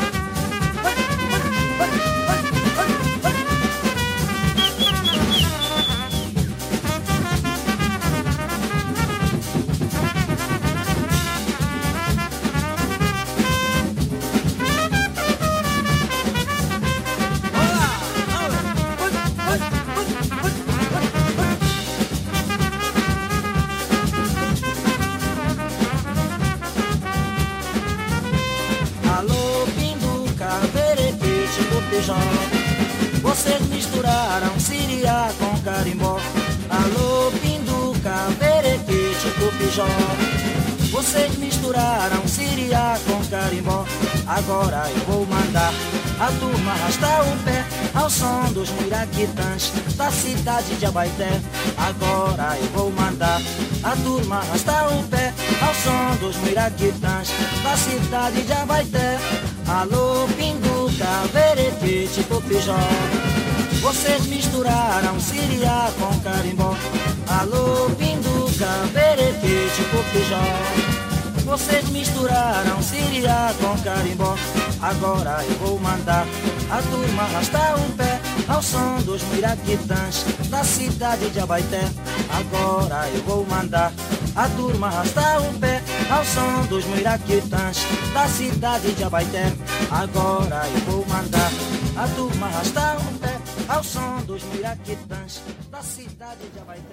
Vocês misturaram Siriá com carimbó. Alô, Pinduca, Verequete, Cupijó, vocês misturaram Siriá com carimbó. Agora eu vou mandar a turma arrastar o pé ao som dos miraquitãs da cidade de Abaeté. Agora eu vou mandar a turma arrastar o pé ao som dos miraquitãs da cidade de Abaeté. Alô, Pinduca, Verequete, Cupijó, vocês misturaram Siriá com carimbó. Alô, Pinduca, Verequete, Cupijó, vocês misturaram Siriá com carimbó. Agora eu vou mandar a turma arrastar o pé ao som dos miraquitãs da cidade de Abaeté. Agora eu vou mandar a turma arrastar o pé ao som dos miraquitãs da cidade de Abaeté. Agora eu vou mandar a turma arrastar o pé ao som dos miraquitãs da cidade de Abaeté.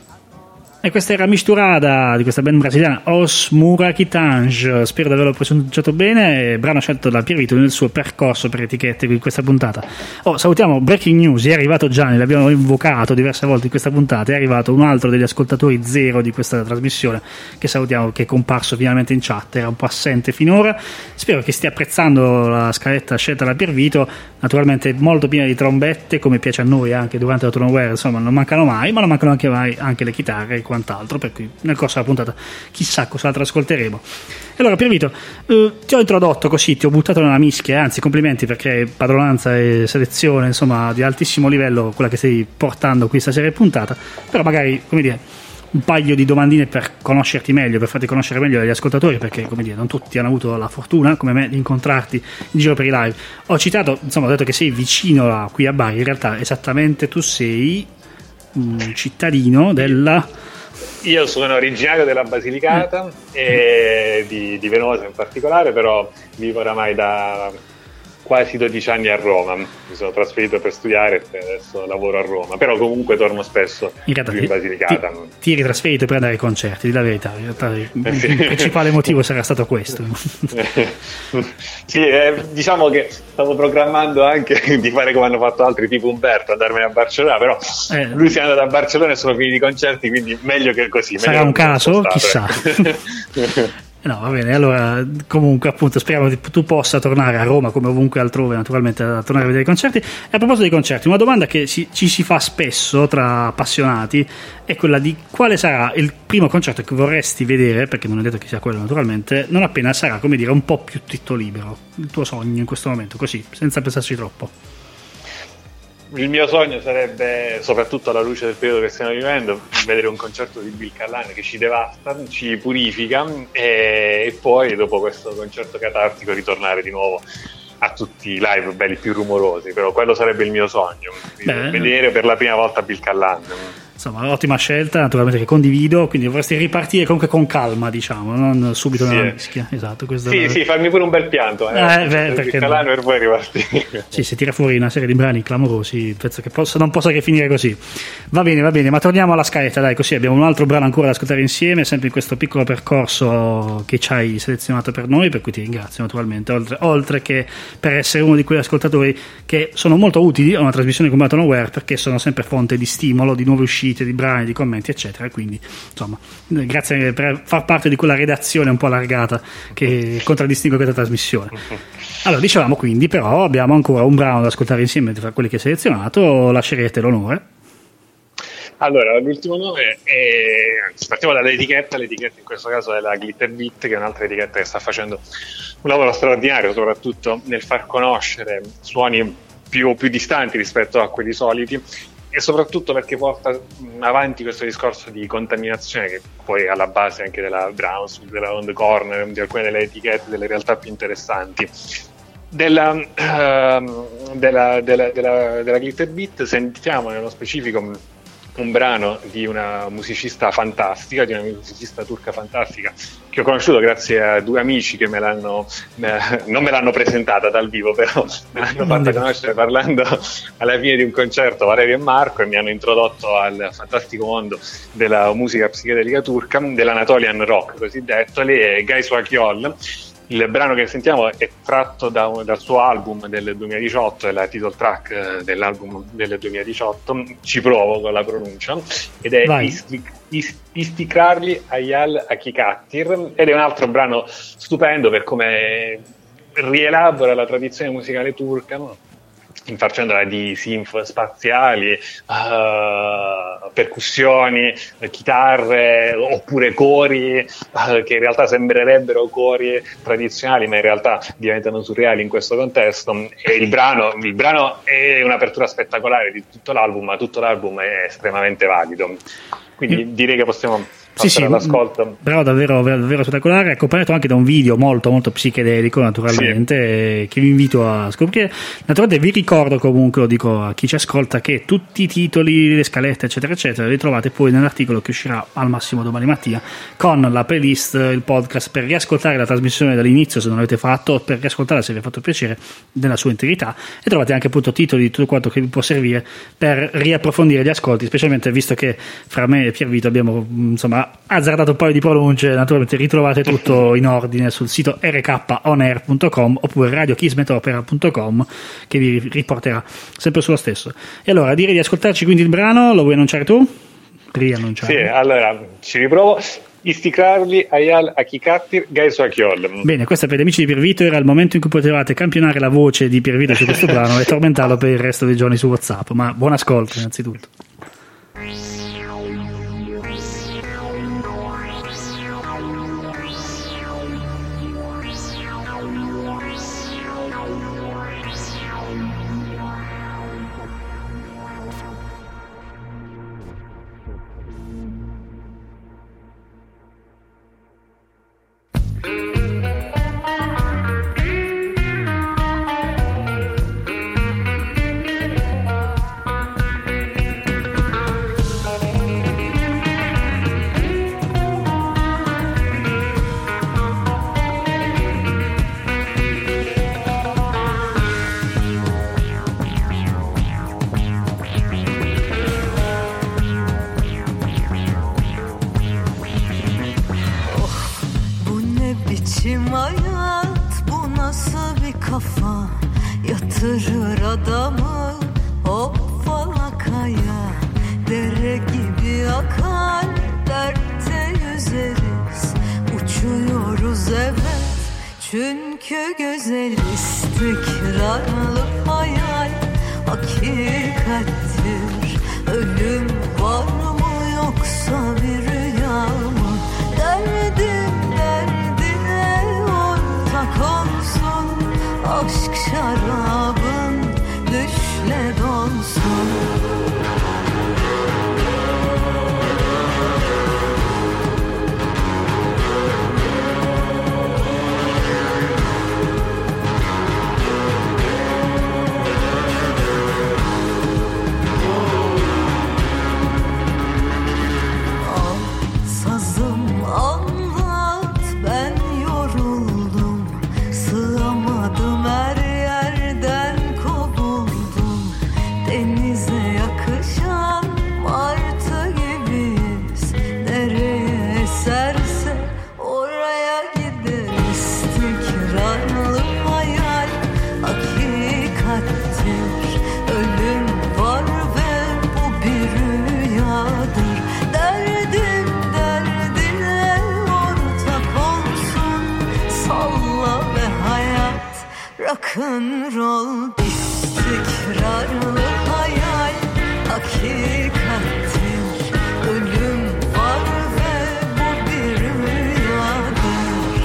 E questa era misturata di questa band brasiliana Os Muraquitãs, spero di averlo pronunciato bene, brano scelto da Piervito nel suo percorso per etichette di questa puntata. Salutiamo Breaking News, è arrivato Gianni, l'abbiamo invocato diverse volte in questa puntata, è arrivato un altro degli ascoltatori zero di questa trasmissione che salutiamo, che è comparso finalmente in chat, era un po' assente finora, spero che stia apprezzando la scaletta scelta da Piervito, naturalmente molto piena di trombette come piace a noi anche durante l'Autonoware, insomma non mancano mai, ma non mancano anche le chitarre e quant'altro, per cui nel corso della puntata chissà cos'altro ascolteremo. Allora Piervito, ti ho introdotto così, ti ho buttato nella mischia, anzi complimenti perché padronanza e selezione insomma di altissimo livello quella che stai portando qui stasera in puntata, però magari come dire un paio di domandine per conoscerti meglio, per farti conoscere meglio agli ascoltatori, perché come dire non tutti hanno avuto la fortuna come me di incontrarti in giro per i live. Ho citato, insomma ho detto che sei vicino qui a Bari, in realtà esattamente tu sei un cittadino della... Io sono originario della Basilicata e di Venosa in particolare, però vivo oramai da quasi 12 anni a Roma. Mi sono trasferito per studiare e adesso lavoro a Roma, però comunque torno spesso in Basilicata. Ti eri trasferito per andare ai concerti, di la verità. In realtà il principale motivo sarà stato questo. Sì, diciamo che stavo programmando anche di fare come hanno fatto altri, tipo Umberto, andarmene a Barcellona, però lui si è andato a Barcellona e sono finiti i concerti, quindi meglio che così. Sarà un caso? Chissà. No, va bene, allora comunque appunto speriamo che tu possa tornare a Roma come ovunque altrove, naturalmente, a tornare a vedere i concerti. E a proposito dei concerti, una domanda che ci si fa spesso tra appassionati è quella di quale sarà il primo concerto che vorresti vedere, perché non è detto che sia quello naturalmente, non appena sarà, come dire, un po' più tutto libero, il tuo sogno in questo momento, così, senza pensarci troppo. Il mio sogno sarebbe, soprattutto alla luce del periodo che stiamo vivendo, vedere un concerto di Bill Callan che ci devasta, ci purifica e poi dopo questo concerto catartico ritornare di nuovo a tutti i live belli più rumorosi, però quello sarebbe il mio sogno, vedere per la prima volta Bill Callan. insomma, ottima scelta, naturalmente, che condivido, quindi dovresti ripartire comunque con calma, diciamo, non subito nella mischia. Esatto, sì, farmi pure un bel pianto, perché no? Per poi ripartire. Sì, se tira fuori una serie di brani clamorosi, penso che non possa che finire così. Va bene, ma torniamo alla scaletta, dai, così abbiamo un altro brano ancora da ascoltare insieme, sempre in questo piccolo percorso che ci hai selezionato per noi, per cui ti ringrazio naturalmente, oltre che per essere uno di quegli ascoltatori che sono molto utili a una trasmissione come Batonware, perché sono sempre fonte di stimolo, di nuove uscite, di brani, di commenti, eccetera. Quindi insomma, grazie per far parte di quella redazione un po' allargata che contraddistingue questa trasmissione. Allora, dicevamo, quindi, però abbiamo ancora un brano da ascoltare insieme tra quelli che hai selezionato. Lascerete l'onore. Allora, l'ultimo nome partiamo dall'etichetta. L'etichetta in questo caso è la Glitter Beat, che è un'altra etichetta che sta facendo un lavoro straordinario, soprattutto nel far conoscere suoni più distanti rispetto a quelli soliti, e soprattutto perché porta avanti questo discorso di contaminazione che poi è alla base anche della Brownswood, della On The Corner, di alcune delle etichette, delle realtà più interessanti della Glitter Beat. Sentiamo nello specifico un brano di una musicista fantastica, di una musicista turca fantastica, che ho conosciuto grazie a due amici che non me l'hanno presentata dal vivo, però me l'hanno fatta conoscere parlando alla fine di un concerto, Valerio e Marco, e mi hanno introdotto al fantastico mondo della musica psichedelica turca, dell'Anatolian Rock cosiddetto. Lei è Gaysu Akyol. Il brano che sentiamo è tratto dal suo album del 2018, è la title track dell'album del 2018, ci provo con la pronuncia, ed è Istikrarli Hayal Hakikatir, ed è un altro brano stupendo per come rielabora la tradizione musicale turca, no? Infarcendola di synth spaziali, percussioni, chitarre, oppure cori che in realtà sembrerebbero cori tradizionali, ma in realtà diventano surreali in questo contesto. E il brano è un'apertura spettacolare di tutto l'album, ma tutto l'album è estremamente valido. Quindi direi che possiamo passare all'ascolto. Però davvero spettacolare, coperto anche da un video molto molto psichedelico, naturalmente, che vi invito a scoprire. Naturalmente vi ricordo, comunque lo dico a chi ci ascolta, che tutti i titoli, le scalette eccetera eccetera li trovate poi nell'articolo che uscirà al massimo domani mattina, con la playlist, il podcast, per riascoltare la trasmissione dall'inizio se non l'avete fatto, per riascoltarla se vi ha fatto piacere nella sua integrità, e trovate anche appunto titoli di tutto quanto che vi può servire per riapprofondire gli ascolti, specialmente visto che fra me e Piervito abbiamo azzardato un paio di pronunce. Naturalmente ritrovate tutto in ordine sul sito rkonair.com oppure radiokismetopera.com, che vi riporterà sempre sullo stesso. E allora direi di ascoltarci quindi il brano. Lo vuoi annunciare tu? Sì, allora ci riprovo. Istikrarli Hayal Hakikatir Gaysu Akyol. Bene, questo per gli amici di Piervito era il momento in cui potevate campionare la voce di Piervito su questo brano e tormentarlo per il resto dei giorni su WhatsApp. Ma buon ascolto innanzitutto. Yatırır adamı o falakaya, dere gibi akar, dertte yüzeriz. Uçuyoruz evet, çünkü güzel. İstikrarlı hayal hakikattir. Ölüm var mı yoksa bir rüya mı? Derdim derdine ortak olsun. Aşk şarabın düşle donsun. rock'n'roll istikrarlı hayal hakikattir. Ölüm var ve bu bir rüyadır.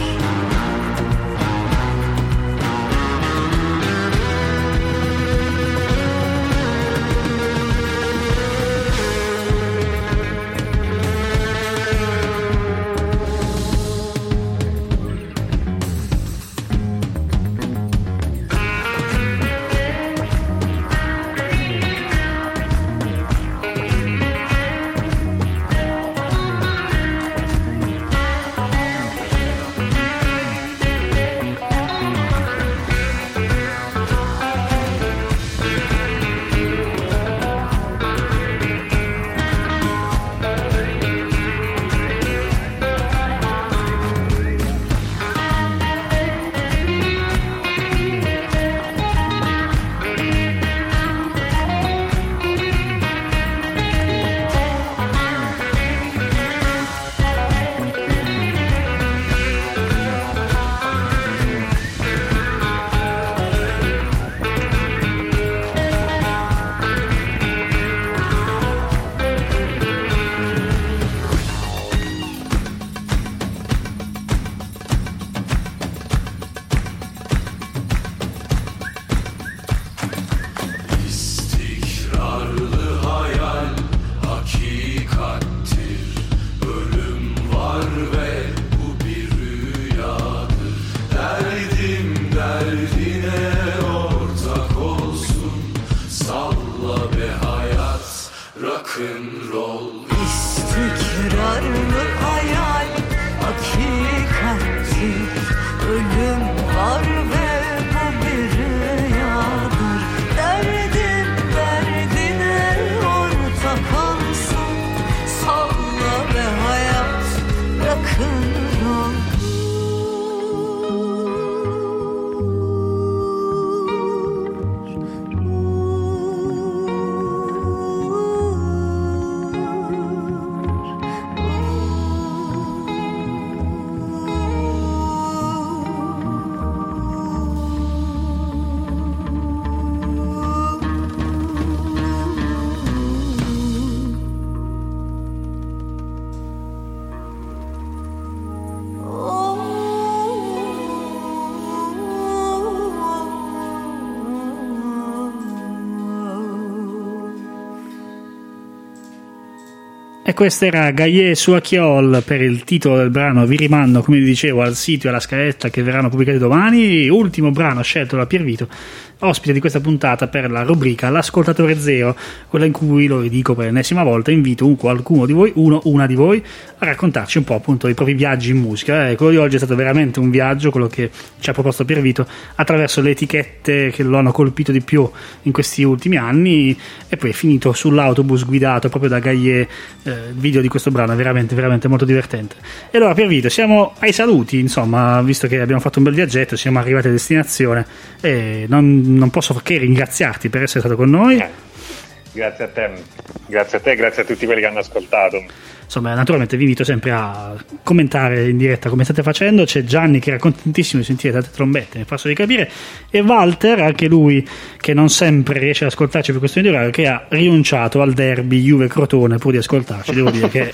E questa era Gaye su Acchiol per il titolo del brano. Vi rimando, come vi dicevo, al sito e alla scaletta che verranno pubblicati domani. Ultimo brano scelto da Piervito, ospite di questa puntata per la rubrica L'Ascoltatore Zero, quella in cui, lo ridico per l'ennesima volta, invito qualcuno di voi, una di voi, a raccontarci un po' appunto i propri viaggi in musica. Quello di oggi è stato veramente un viaggio, quello che ci ha proposto Piervito, attraverso le etichette che lo hanno colpito di più in questi ultimi anni, e poi è finito sull'autobus guidato proprio da Gaye. Il video di questo brano è veramente veramente molto divertente. E allora, Piervito, siamo ai saluti, insomma, visto che abbiamo fatto un bel viaggetto, siamo arrivati a destinazione e non posso che ringraziarti per essere stato con noi. Grazie a te, grazie a tutti quelli che hanno ascoltato. Insomma, naturalmente vi invito sempre a commentare in diretta come state facendo. C'è Gianni che era contentissimo di sentire tante trombette, mi faccio di capire, e Walter, anche lui che non sempre riesce ad ascoltarci per questione di orario, che ha rinunciato al derby Juve-Crotone pur di ascoltarci. Devo dire che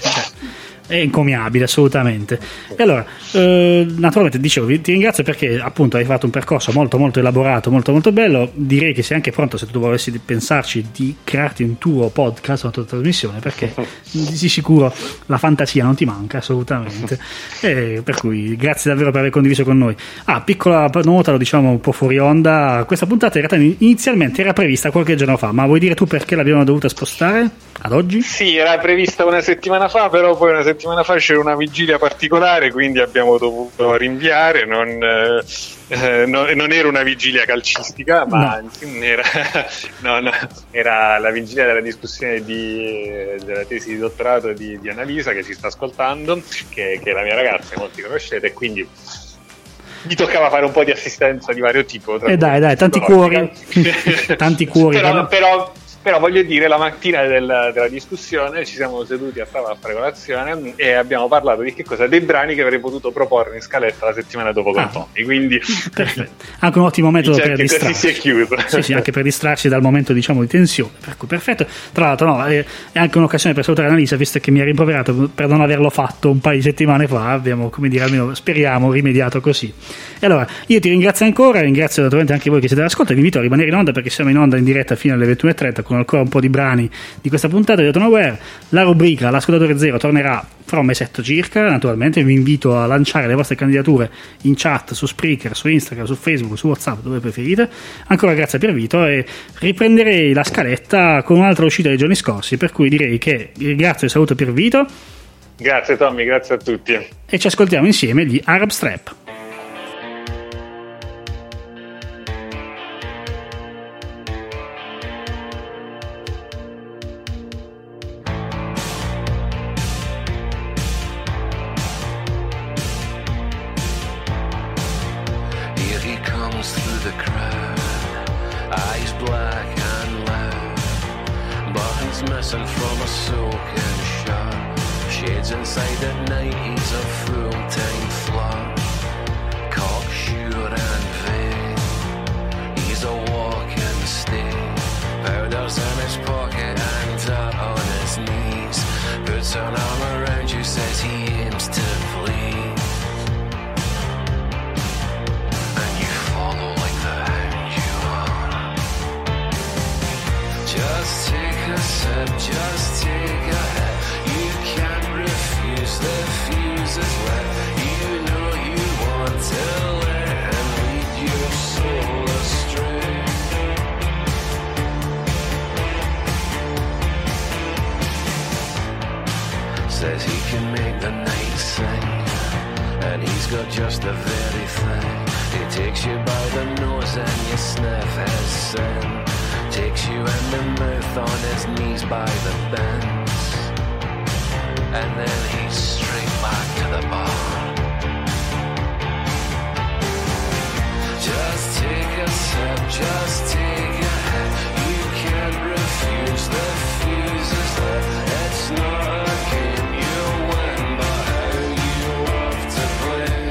è encomiabile, assolutamente. E allora, naturalmente, dicevo, ti ringrazio perché appunto hai fatto un percorso molto molto elaborato, molto molto bello. Direi che sei anche pronto, se tu volessi pensarci, di crearti un tuo podcast, una tua trasmissione, perché di sicuro la fantasia non ti manca assolutamente. E per cui grazie davvero per aver condiviso con noi. Piccola nota, lo diciamo un po' fuori onda, questa puntata in realtà inizialmente era prevista qualche giorno fa, ma vuoi dire tu perché l'abbiamo dovuta spostare ad oggi? Sì, era prevista una settimana fa, però poi una settimana fa c'era una vigilia particolare, quindi abbiamo dovuto rinviare. Non era una vigilia calcistica, ma era la vigilia della discussione della tesi di dottorato di Annalisa, che ci sta ascoltando, che è la mia ragazza, che molti conoscete, e quindi mi toccava fare un po' di assistenza di vario tipo. Dai, tanti cuori. Tanti cuori. Però voglio dire, la mattina della discussione ci siamo seduti a tavola a fare colazione e abbiamo parlato di che cosa? Dei brani che avrei potuto proporre in scaletta la settimana dopo con Tommy, quindi perfetto. Anche un ottimo metodo per distrarci. Si è chiuso. Sì, anche per distrarci dal momento, diciamo, di tensione, per cui perfetto. Tra l'altro è anche un'occasione per salutare Annalisa, visto che mi ha rimproverato per non averlo fatto un paio di settimane fa. Abbiamo, come dire, almeno speriamo rimediato così. E allora io ti ringrazio ancora, ringrazio naturalmente anche voi che siete all'ascolto, vi invito a rimanere in onda perché siamo in onda in diretta fino alle 21:30 con ancora un po' di brani di questa puntata di Autonoware. La rubrica L'Ascoltatore Zero tornerà fra un mesetto circa. Naturalmente vi invito a lanciare le vostre candidature in chat su Spreaker, su Instagram, su Facebook, su WhatsApp, dove preferite. Ancora grazie per l'invito e riprenderei la scaletta con un'altra uscita dei giorni scorsi, per cui direi che ringrazio e saluto Piervito. Grazie Tommy, grazie a tutti. E ci ascoltiamo insieme gli Arab Strap. Missing from a soaking shot. Shades inside at night, he's a full-time flop. Cocksure and vain, he's a walking stain. Powder's in his pocket and dirt on his knees. Puts an arm around you, says he aims to please. And you follow like the hound you are. Just take a sip, just take a hit. You can't refuse, the fuse is lit. You know you want to let him lead your soul astray. Says he can make the night sing, and he's got just the very thing. He takes you by the nose and you sniff his sin. Takes you in the mouth on his knees by the bends, and then he's straight back to the bar. Just take a sip, just take a hit. You can't refuse, the fuse is lit. It's not a game you win, but how you love to play.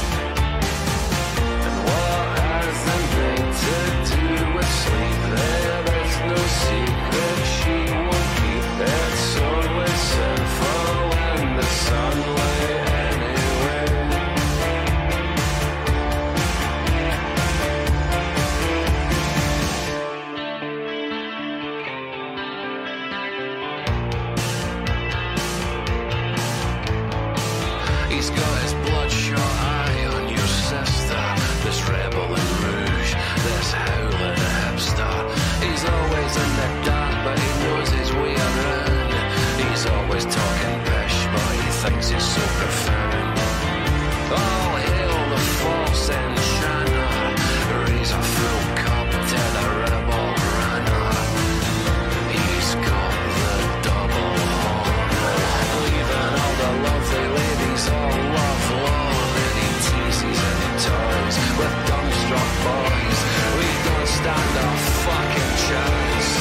And what has the night to do with sleep? No secret she won't keep. It's always sinful in the sunlight anyway. He's got his bloodshot eye on your sister, this rebel in rouge, this howling hipster. He's always in the dark, but he knows his way around. He's always talking pish, but he thinks he's so profound. All hail the false enchanter, raise a full cup to the rebel runner. He's got the double horn, leaving all the lovely ladies all love-lorn. And he teases and toys with dumbstruck boys. We don't stand a fucking chance.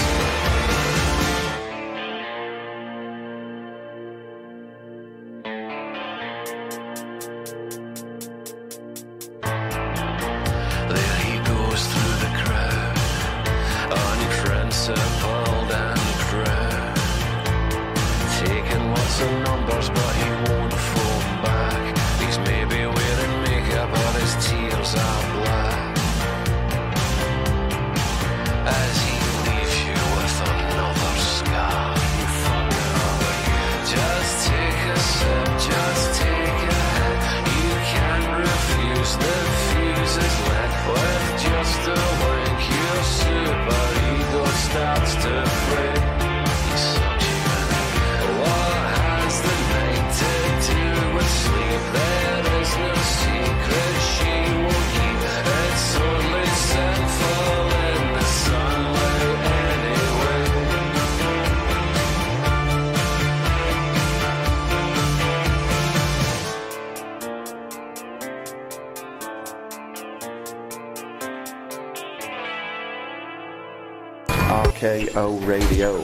KO Radio.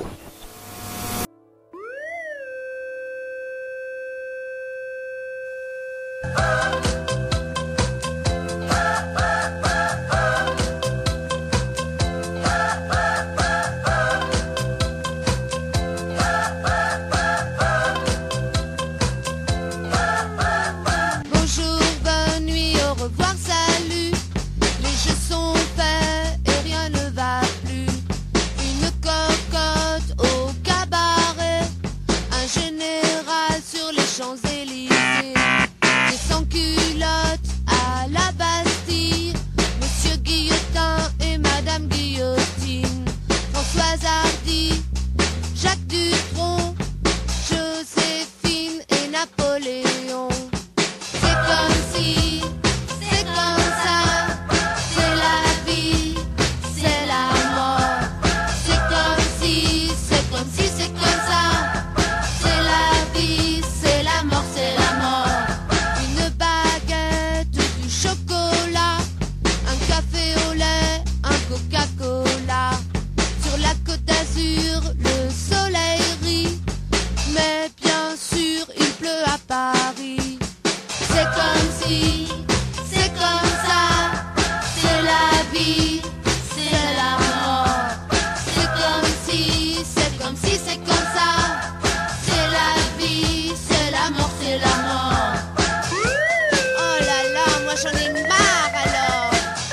Bonjour, bonne nuit, au revoir, salut. Les jeux sont faits et rien ne va plus. Une cocotte au cabaret, un général sur les Champs-Élysées, des sans-culottes à la Bastille, Monsieur Guillotin et Madame Guillotine, Françoise Hardy, Jacques Dutronc, Joséphine et Napoléon. C'est comme si, c'est comme ça, c'est la vie, c'est la mort. C'est comme si, c'est comme si, c'est comme ça, c'est la vie, c'est la mort, c'est la mort. Une baguette, du chocolat, un café au lait, un Coca-Cola. Sur la côte d'Azur, le soleil rit, mais bien sûr, il pleut à Paris. C'est comme si, c'est comme ça, c'est la vie, c'est la mort. C'est comme si, c'est comme si, c'est comme ça, c'est la vie, c'est la mort, c'est la mort. Oh là là, moi j'en ai marre alors.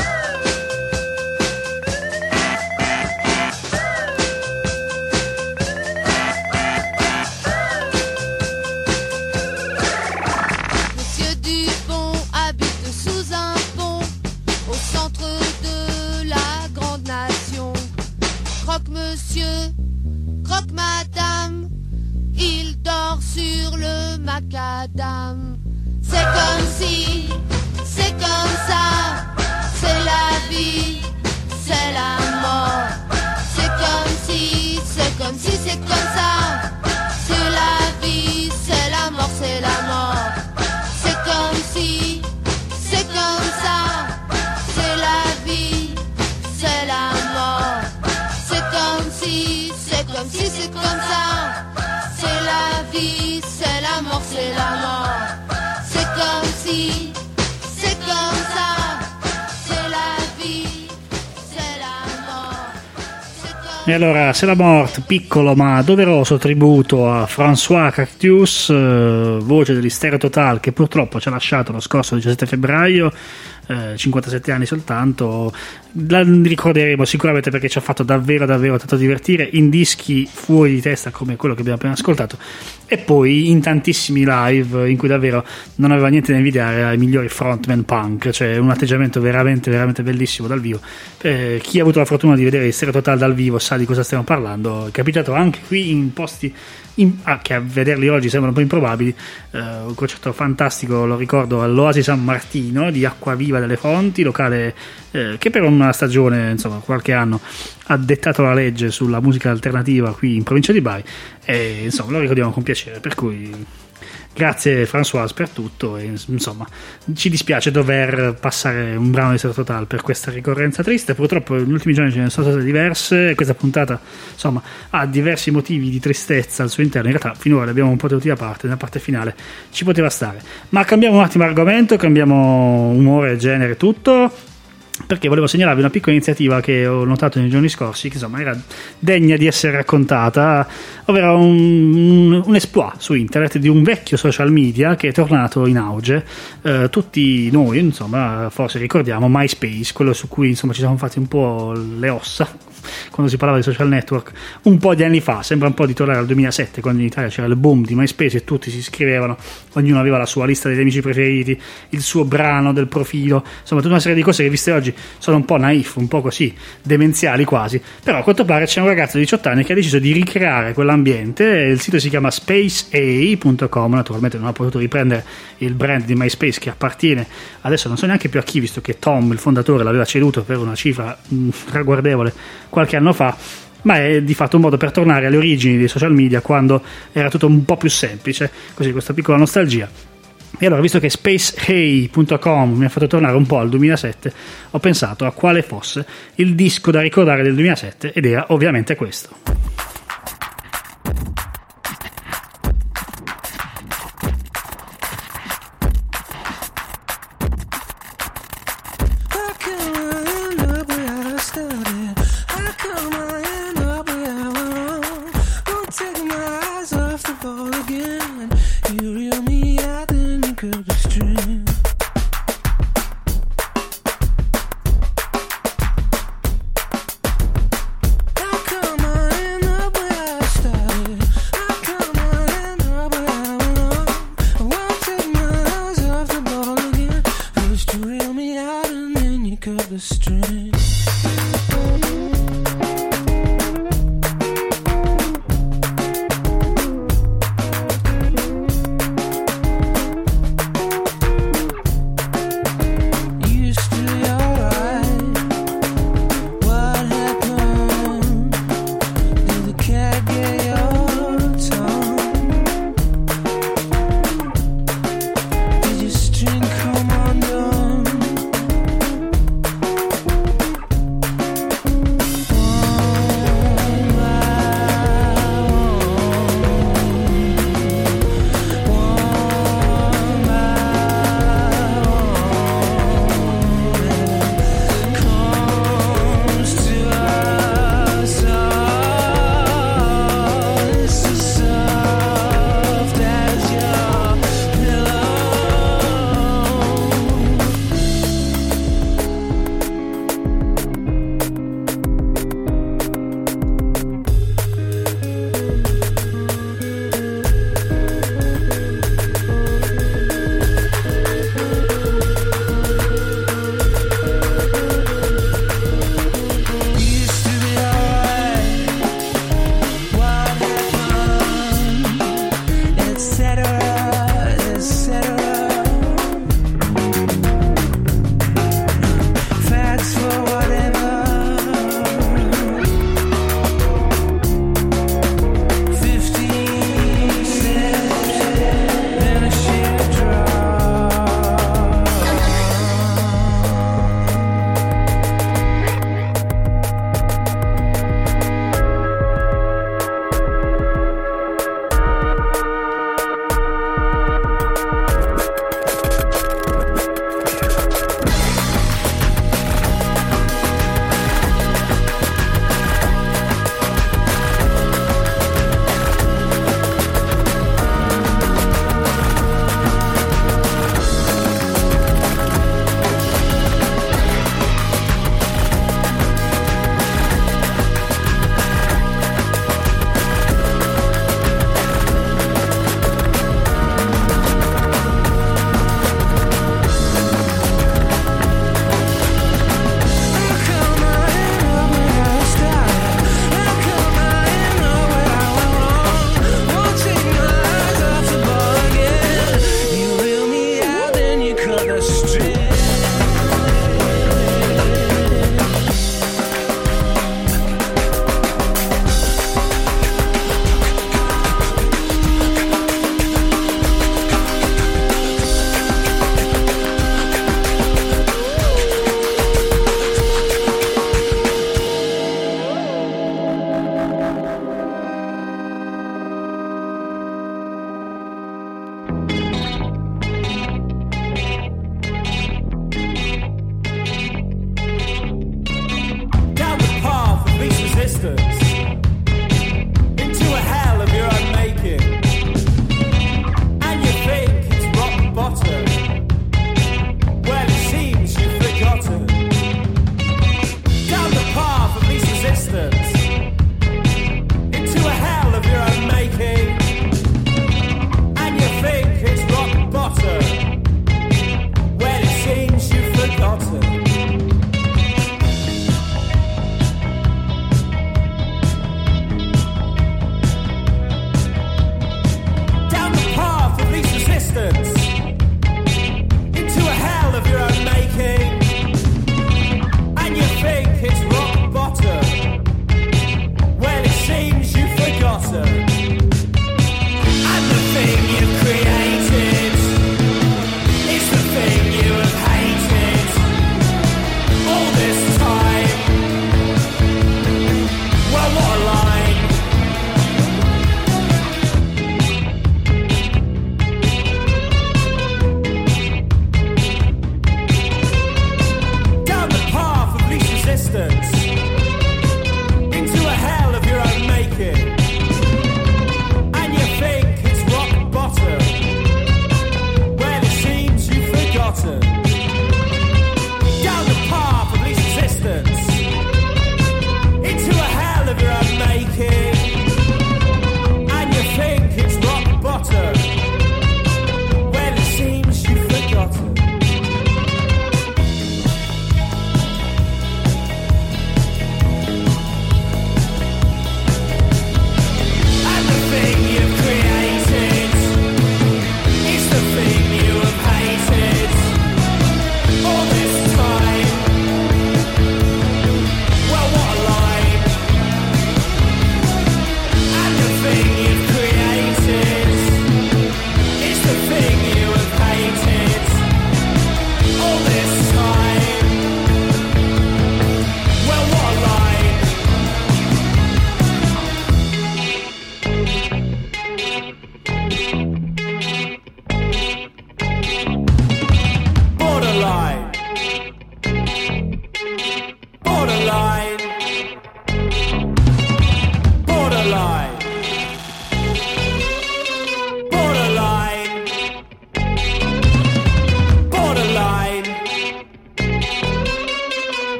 Monsieur Dupont habite sous un pont, au centre de la grande nation. Croque monsieur, croque madame, il dort sur le macadam. C'est comme si, c'est comme ça, c'est la vie, c'est la mort. C'est comme si, c'est comme si, c'est comme ça, c'est la vie, c'est la mort, c'est la mort. C'est comme si, c'est comme ça, c'est la vie, c'est la mort. C'est comme si, c'est comme si, c'est comme ça, c'est la vie, c'est la mort, c'est la mort. C'est comme si, c'est comme ça, c'est la vie, c'est la mort. E allora, c'est la mort, piccolo ma doveroso tributo a François Cactus, voce degli Stereo Total, che purtroppo ci ha lasciato lo scorso 17 febbraio, 57 anni soltanto. La ricorderemo sicuramente perché ci ha fatto davvero davvero tanto divertire in dischi fuori di testa come quello che abbiamo appena ascoltato, e poi in tantissimi live in cui davvero non aveva niente da invidiare ai migliori frontman punk, cioè un atteggiamento veramente veramente bellissimo dal vivo. Chi ha avuto la fortuna di vedere il Stereo Total dal vivo sa di cosa stiamo parlando. È capitato anche qui in posti che a vederli oggi sembrano un po' improbabili. Un concerto fantastico, lo ricordo, all'Oasi San Martino di Acquaviva delle Fonti, locale che per una stagione, insomma qualche anno, ha dettato la legge sulla musica alternativa qui in provincia di Bari, e insomma lo ricordiamo con piacere, per cui grazie Françoise per tutto. E insomma ci dispiace dover passare un brano di Stereo Total per questa ricorrenza triste. Purtroppo negli ultimi giorni ce ne sono state diverse e questa puntata insomma ha diversi motivi di tristezza al suo interno. In realtà finora li abbiamo un po' tenuti da parte, nella parte finale ci poteva stare, ma cambiamo un attimo argomento, cambiamo umore, genere, tutto, perché volevo segnalarvi una piccola iniziativa che ho notato nei giorni scorsi, che insomma era degna di essere raccontata, ovvero un exploit su internet di un vecchio social media che è tornato in auge. Tutti noi insomma forse ricordiamo MySpace, quello su cui insomma ci siamo fatti un po' le ossa quando si parlava di social network un po' di anni fa. Sembra un po' di tornare al 2007, quando in Italia c'era il boom di MySpace e tutti si iscrivevano, ognuno aveva la sua lista degli amici preferiti, il suo brano del profilo, insomma tutta una serie di cose che viste oggi sono un po' naif, un po' così demenziali quasi. Però a quanto pare c'è un ragazzo di 18 anni che ha deciso di ricreare quell'ambiente. Il sito si chiama spacea.com, naturalmente non ha potuto riprendere il brand di MySpace che appartiene adesso non so neanche più a chi, visto che Tom, il fondatore, l'aveva ceduto per una cifra ragguardevole qualche anno fa, ma è di fatto un modo per tornare alle origini dei social media, quando era tutto un po' più semplice, così questa piccola nostalgia. E allora, visto che spacehey.com mi ha fatto tornare un po' al 2007, ho pensato a quale fosse il disco da ricordare del 2007 ed era ovviamente questo.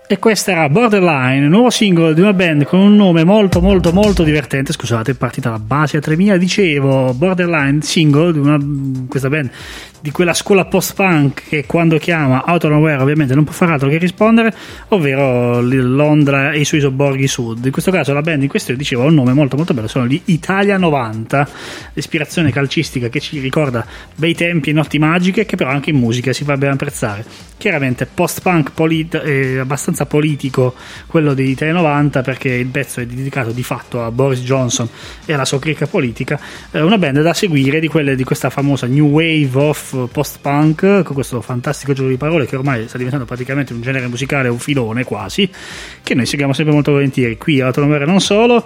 E questa era Borderline, nuovo singolo di una band con un nome molto molto molto divertente. Scusate, è partita la base a 3000. Dicevo, Borderline, singolo di questa band di quella scuola post-punk che quando chiama Out of Nowhere ovviamente non può fare altro che rispondere, ovvero Londra e i suoi sobborghi sud. In questo caso la band in questione, dicevo, ha un nome molto molto bello, sono gli Italia 90, ispirazione calcistica che ci ricorda bei tempi e notti magiche, che però anche in musica si fa ben apprezzare. Chiaramente post-punk abbastanza politico quello degli Italia 90, perché il pezzo è dedicato di fatto a Boris Johnson e alla sua cricca politica. Una band da seguire di quelle di questa famosa new wave of post-punk, con questo fantastico gioco di parole che ormai sta diventando praticamente un genere musicale, un filone quasi, che noi seguiamo sempre molto volentieri qui a Autonomere. Non solo,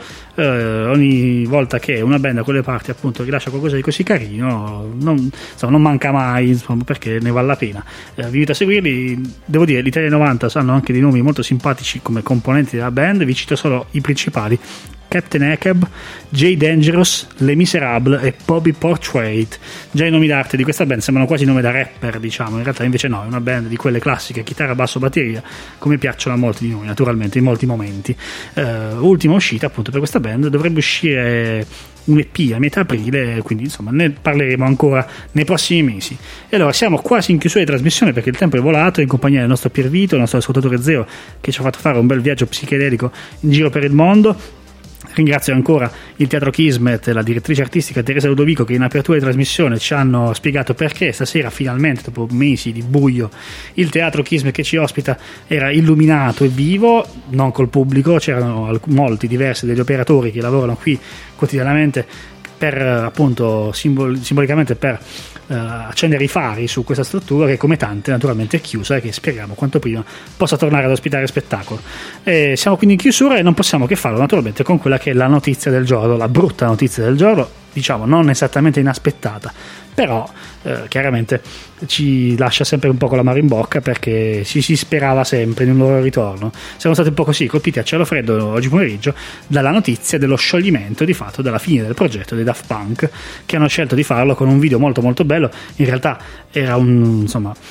ogni volta che una band da quelle parti appunto rilascia qualcosa di così carino, non manca mai, insomma, perché ne vale la pena. Vi invito a seguirli. Devo dire, l'Italia 90 hanno anche dei nomi molto simpatici come componenti della band, vi cito solo i principali: Captain Ekeb, Jay Dangerous, Les Miserables e Bobby Portrait. Già i nomi d'arte di questa band sembrano quasi nome da rapper, diciamo, in realtà invece no, è una band di quelle classiche, chitarra, basso, batteria, come piacciono a molti di noi naturalmente in molti momenti. Ultima uscita appunto per questa band, dovrebbe uscire un EP a metà aprile, quindi insomma ne parleremo ancora nei prossimi mesi. E allora siamo quasi in chiusura di trasmissione, perché il tempo è volato, in compagnia del nostro Piervito, il nostro ascoltatore Zeo, che ci ha fatto fare un bel viaggio psichedelico in giro per il mondo. Ringrazio ancora il Teatro Kismet e la direttrice artistica Teresa Ludovico, che in apertura di trasmissione ci hanno spiegato perché stasera finalmente, dopo mesi di buio, il Teatro Kismet che ci ospita era illuminato e vivo, non col pubblico. C'erano molti diversi degli operatori che lavorano qui quotidianamente per appunto simbolicamente per accendere i fari su questa struttura che, come tante, naturalmente è chiusa e che speriamo quanto prima possa tornare ad ospitare spettacolo. Siamo quindi in chiusura e non possiamo che farlo naturalmente con quella che è la notizia del giorno, la brutta notizia del giorno, diciamo non esattamente inaspettata, però chiaramente ci lascia sempre un po' con l'amaro in bocca, perché si sperava sempre in un loro ritorno. Siamo stati un po' così colpiti a cielo freddo oggi pomeriggio dalla notizia dello scioglimento di fatto, della fine del progetto dei Daft Punk, che hanno scelto di farlo con un video molto molto bello. In realtà era un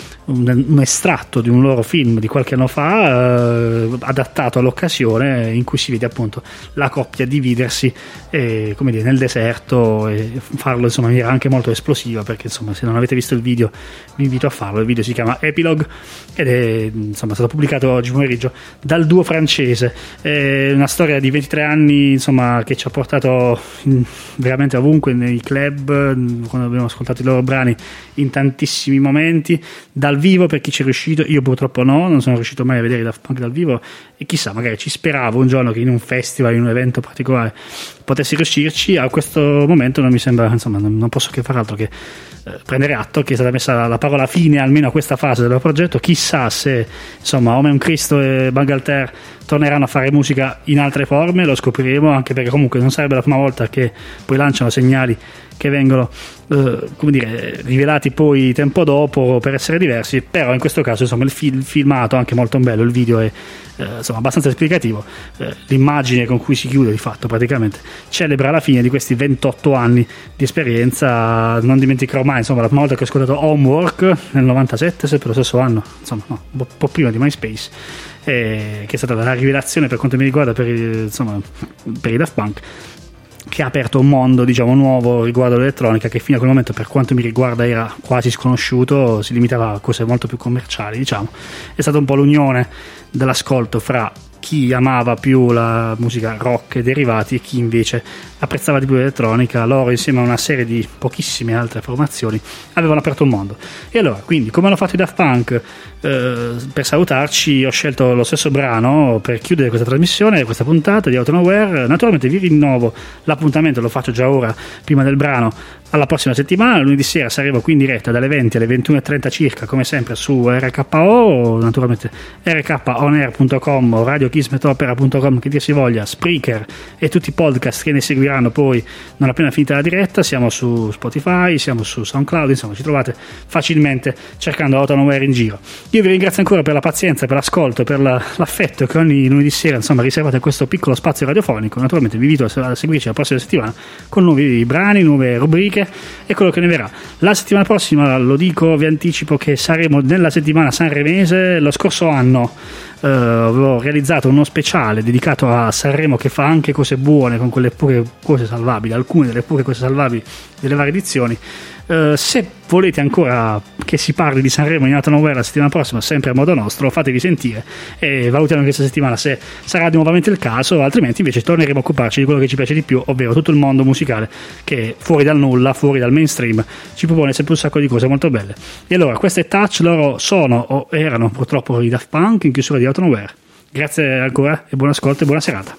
estratto di un loro film di qualche anno fa, adattato all'occasione, in cui si vede appunto la coppia dividersi come dire, nel deserto, e farlo insomma in maniera anche molto esplosiva, perché insomma se non avete visto il video vi invito a farlo. Il video si chiama Epilogue ed è insomma stato pubblicato oggi pomeriggio dal duo francese. È una storia di 23 anni insomma che ci ha portato veramente ovunque, nei club, quando abbiamo ascoltato i loro brani, in tantissimi momenti dal vivo, per chi ci è riuscito. Io purtroppo non sono riuscito mai a vedere i Daft Punk dal vivo, e chissà, magari ci speravo un giorno che in un festival, in un evento particolare potessi riuscirci. A questo momento non mi sembra, insomma non posso che far altro che prendere atto che è stata messa la parola fine almeno a questa fase del progetto. Chissà se insomma Omen Cristo e Bangalter torneranno a fare musica in altre forme, lo scopriremo, anche perché comunque non sarebbe la prima volta che poi lanciano segnali che vengono come dire, rivelati poi tempo dopo per essere diversi. Però in questo caso insomma il filmato anche molto bello, il video è insomma abbastanza esplicativo. L'immagine con cui si chiude di fatto praticamente celebra la fine di questi 28 anni di esperienza. Non dimenticherò mai insomma la prima volta che ho ascoltato Homework nel 97, sempre lo stesso anno, insomma no, un po' prima di MySpace, che è stata la rivelazione per quanto mi riguarda per i Daft Punk, che ha aperto un mondo diciamo nuovo riguardo l'elettronica, che fino a quel momento per quanto mi riguarda era quasi sconosciuto, si limitava a cose molto più commerciali, diciamo. È stata un po' l'unione dell'ascolto fra chi amava più la musica rock e derivati e chi invece apprezzava di più l'elettronica. Loro, insieme a una serie di pochissime altre formazioni, avevano aperto un mondo. E allora, quindi, come hanno fatto i Daft Punk, per salutarci ho scelto lo stesso brano per chiudere questa trasmissione, questa puntata di Out of Nowhere. Naturalmente vi rinnovo l'appuntamento, lo faccio già ora prima del brano, alla prossima settimana. Lunedì sera saremo qui in diretta dalle 20 alle 21:30 circa, come sempre su RKO, naturalmente rkonair.com o radiokismetopera.com, che dir si voglia, Spreaker e tutti i podcast che ne seguiranno poi non appena finita la diretta. Siamo su Spotify, siamo su SoundCloud, insomma ci trovate facilmente cercando Out of Nowhere in giro. Io vi ringrazio ancora per la pazienza, per l'ascolto, per l'affetto che ogni lunedì sera insomma riservate a questo piccolo spazio radiofonico. Naturalmente vi invito a seguirci la prossima settimana con nuovi brani, nuove rubriche e quello che ne verrà. La settimana prossima, lo dico, vi anticipo che saremo nella settimana sanremese. Lo scorso anno avevo realizzato uno speciale dedicato a Sanremo, che fa anche cose buone con quelle poche cose salvabili, alcune delle poche cose salvabili delle varie edizioni. Se volete ancora che si parli di Sanremo in Out Nowhere la settimana prossima, sempre a modo nostro, fatevi sentire e valutiamo questa settimana se sarà nuovamente il caso, altrimenti invece torneremo a occuparci di quello che ci piace di più, ovvero tutto il mondo musicale che fuori dal nulla, fuori dal mainstream, ci propone sempre un sacco di cose molto belle. E allora, questo è Touch, loro sono o erano purtroppo i Daft Punk in chiusura di Out Nowhere. Grazie ancora e buon ascolto e buona serata.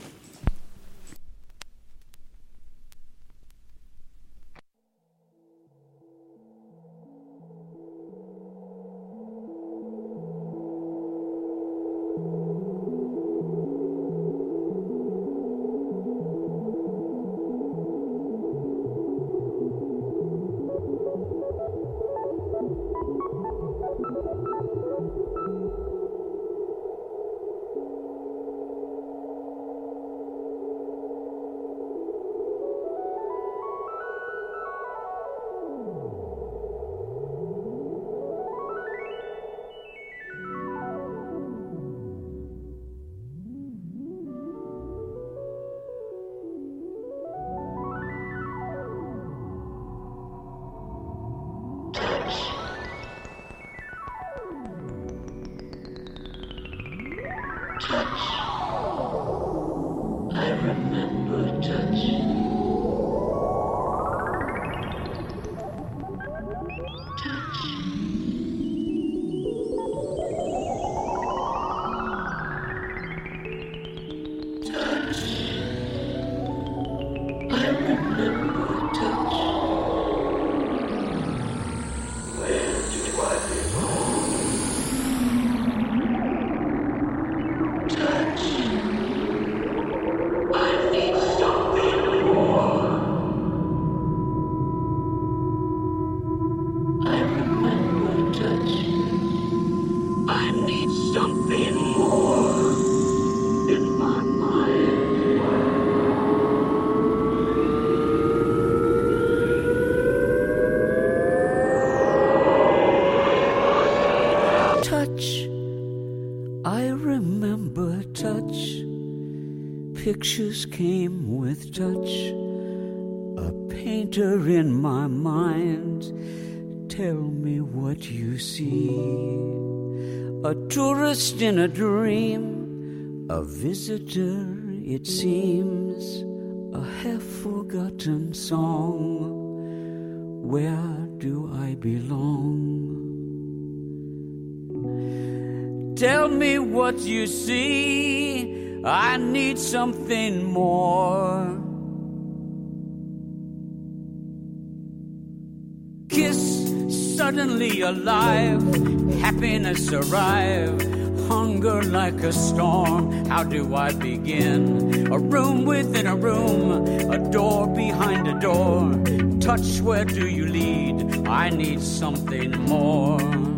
Pictures came with touch, a painter in my mind. Tell me what you see. A tourist in a dream, a visitor it seems, a half-forgotten song. Where do I belong? Tell me what you see. I need something more. Kiss, suddenly alive, happiness arrive, hunger like a storm. How do I begin? A room within a room, a door behind a door. Touch, where do you lead? I need something more.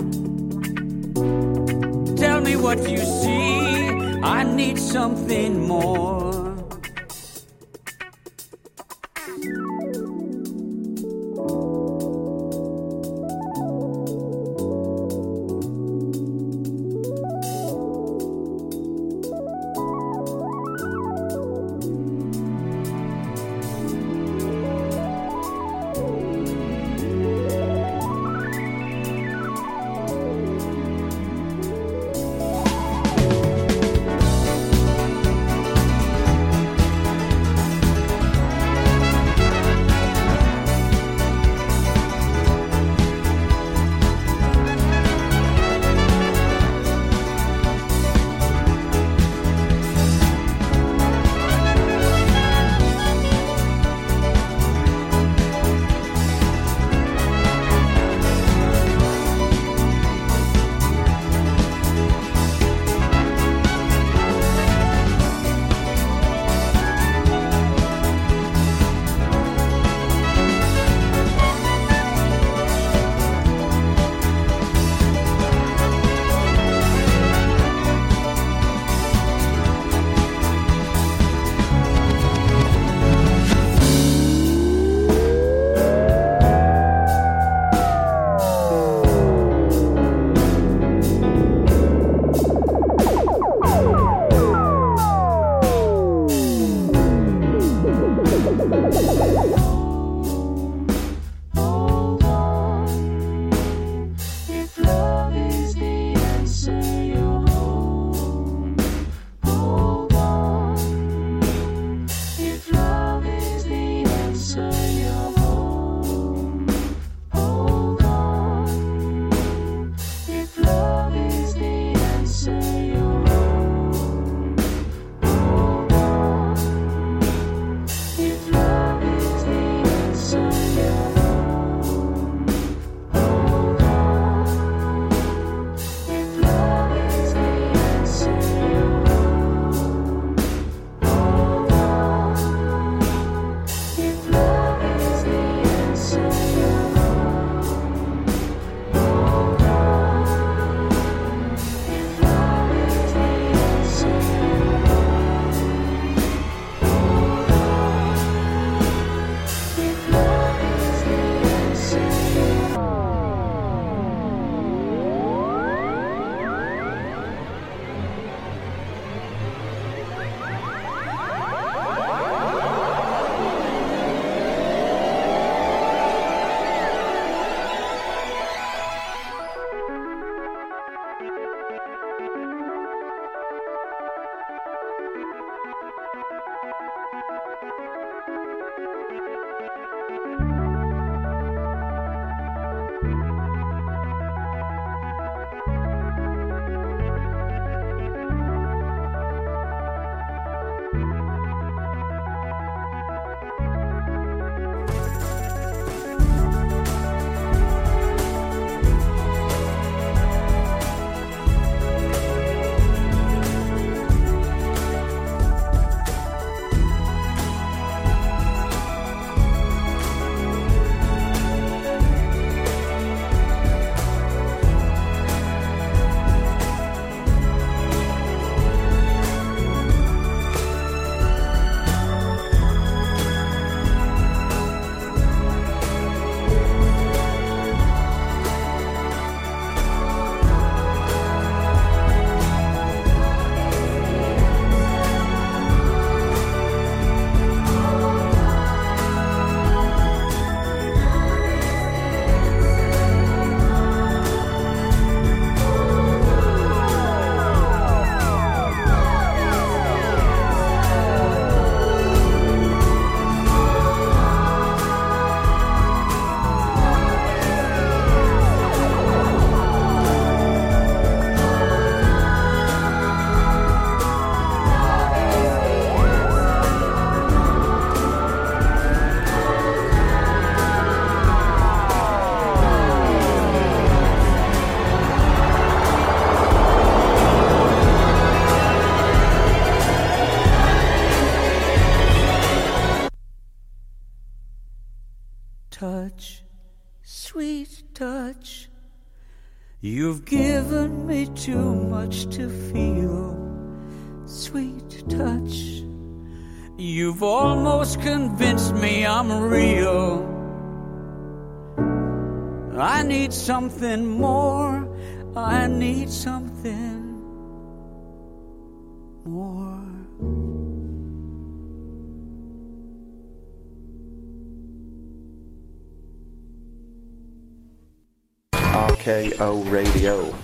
Tell me what you see. I need something more. touch. You've given me too much to feel, sweet touch. You've almost convinced me I'm real. I need something more. I need something more. RKO Radio.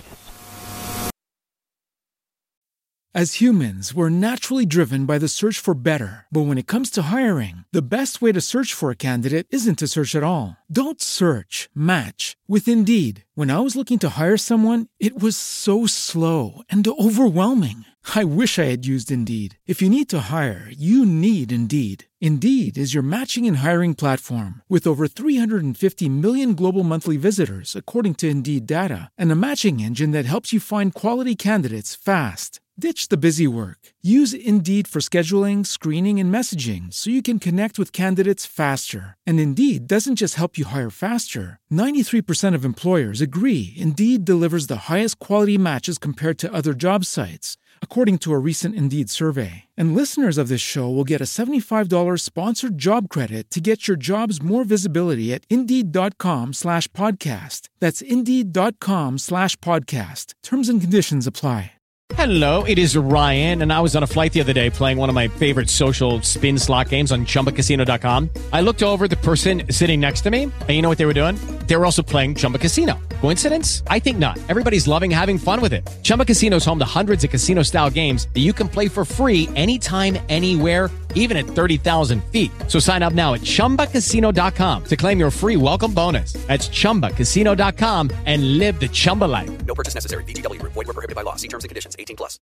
As humans, we're naturally driven by the search for better. But when it comes to hiring, the best way to search for a candidate isn't to search at all. Don't search, match with Indeed. When I was looking to hire someone, it was so slow and overwhelming. I wish I had used Indeed. If you need to hire, you need Indeed. Indeed is your matching and hiring platform with over 350 million global monthly visitors, according to Indeed data, and a matching engine that helps you find quality candidates fast. Ditch the busy work. Use Indeed for scheduling, screening, and messaging so you can connect with candidates faster. And Indeed doesn't just help you hire faster. 93% of employers agree Indeed delivers the highest quality matches compared to other job sites, according to a recent Indeed survey. And listeners of this show will get a $75 sponsored job credit to get your jobs more visibility at Indeed.com/podcast. That's Indeed.com/podcast. Terms and conditions apply. Hello, it is Ryan, and I was on a flight the other day playing one of my favorite social spin slot games on ChumbaCasino.com. I looked over at the person sitting next to me, and you know what they were doing? They were also playing Chumba Casino. Coincidence? I think not. Everybody's loving having fun with it. Chumba Casino is home to hundreds of casino-style games that you can play for free anytime, anywhere, even at 30,000 feet. So sign up now at ChumbaCasino.com to claim your free welcome bonus. That's ChumbaCasino.com and live the Chumba life. No purchase necessary. VGW. Void where prohibited by law. See terms and conditions. 18+.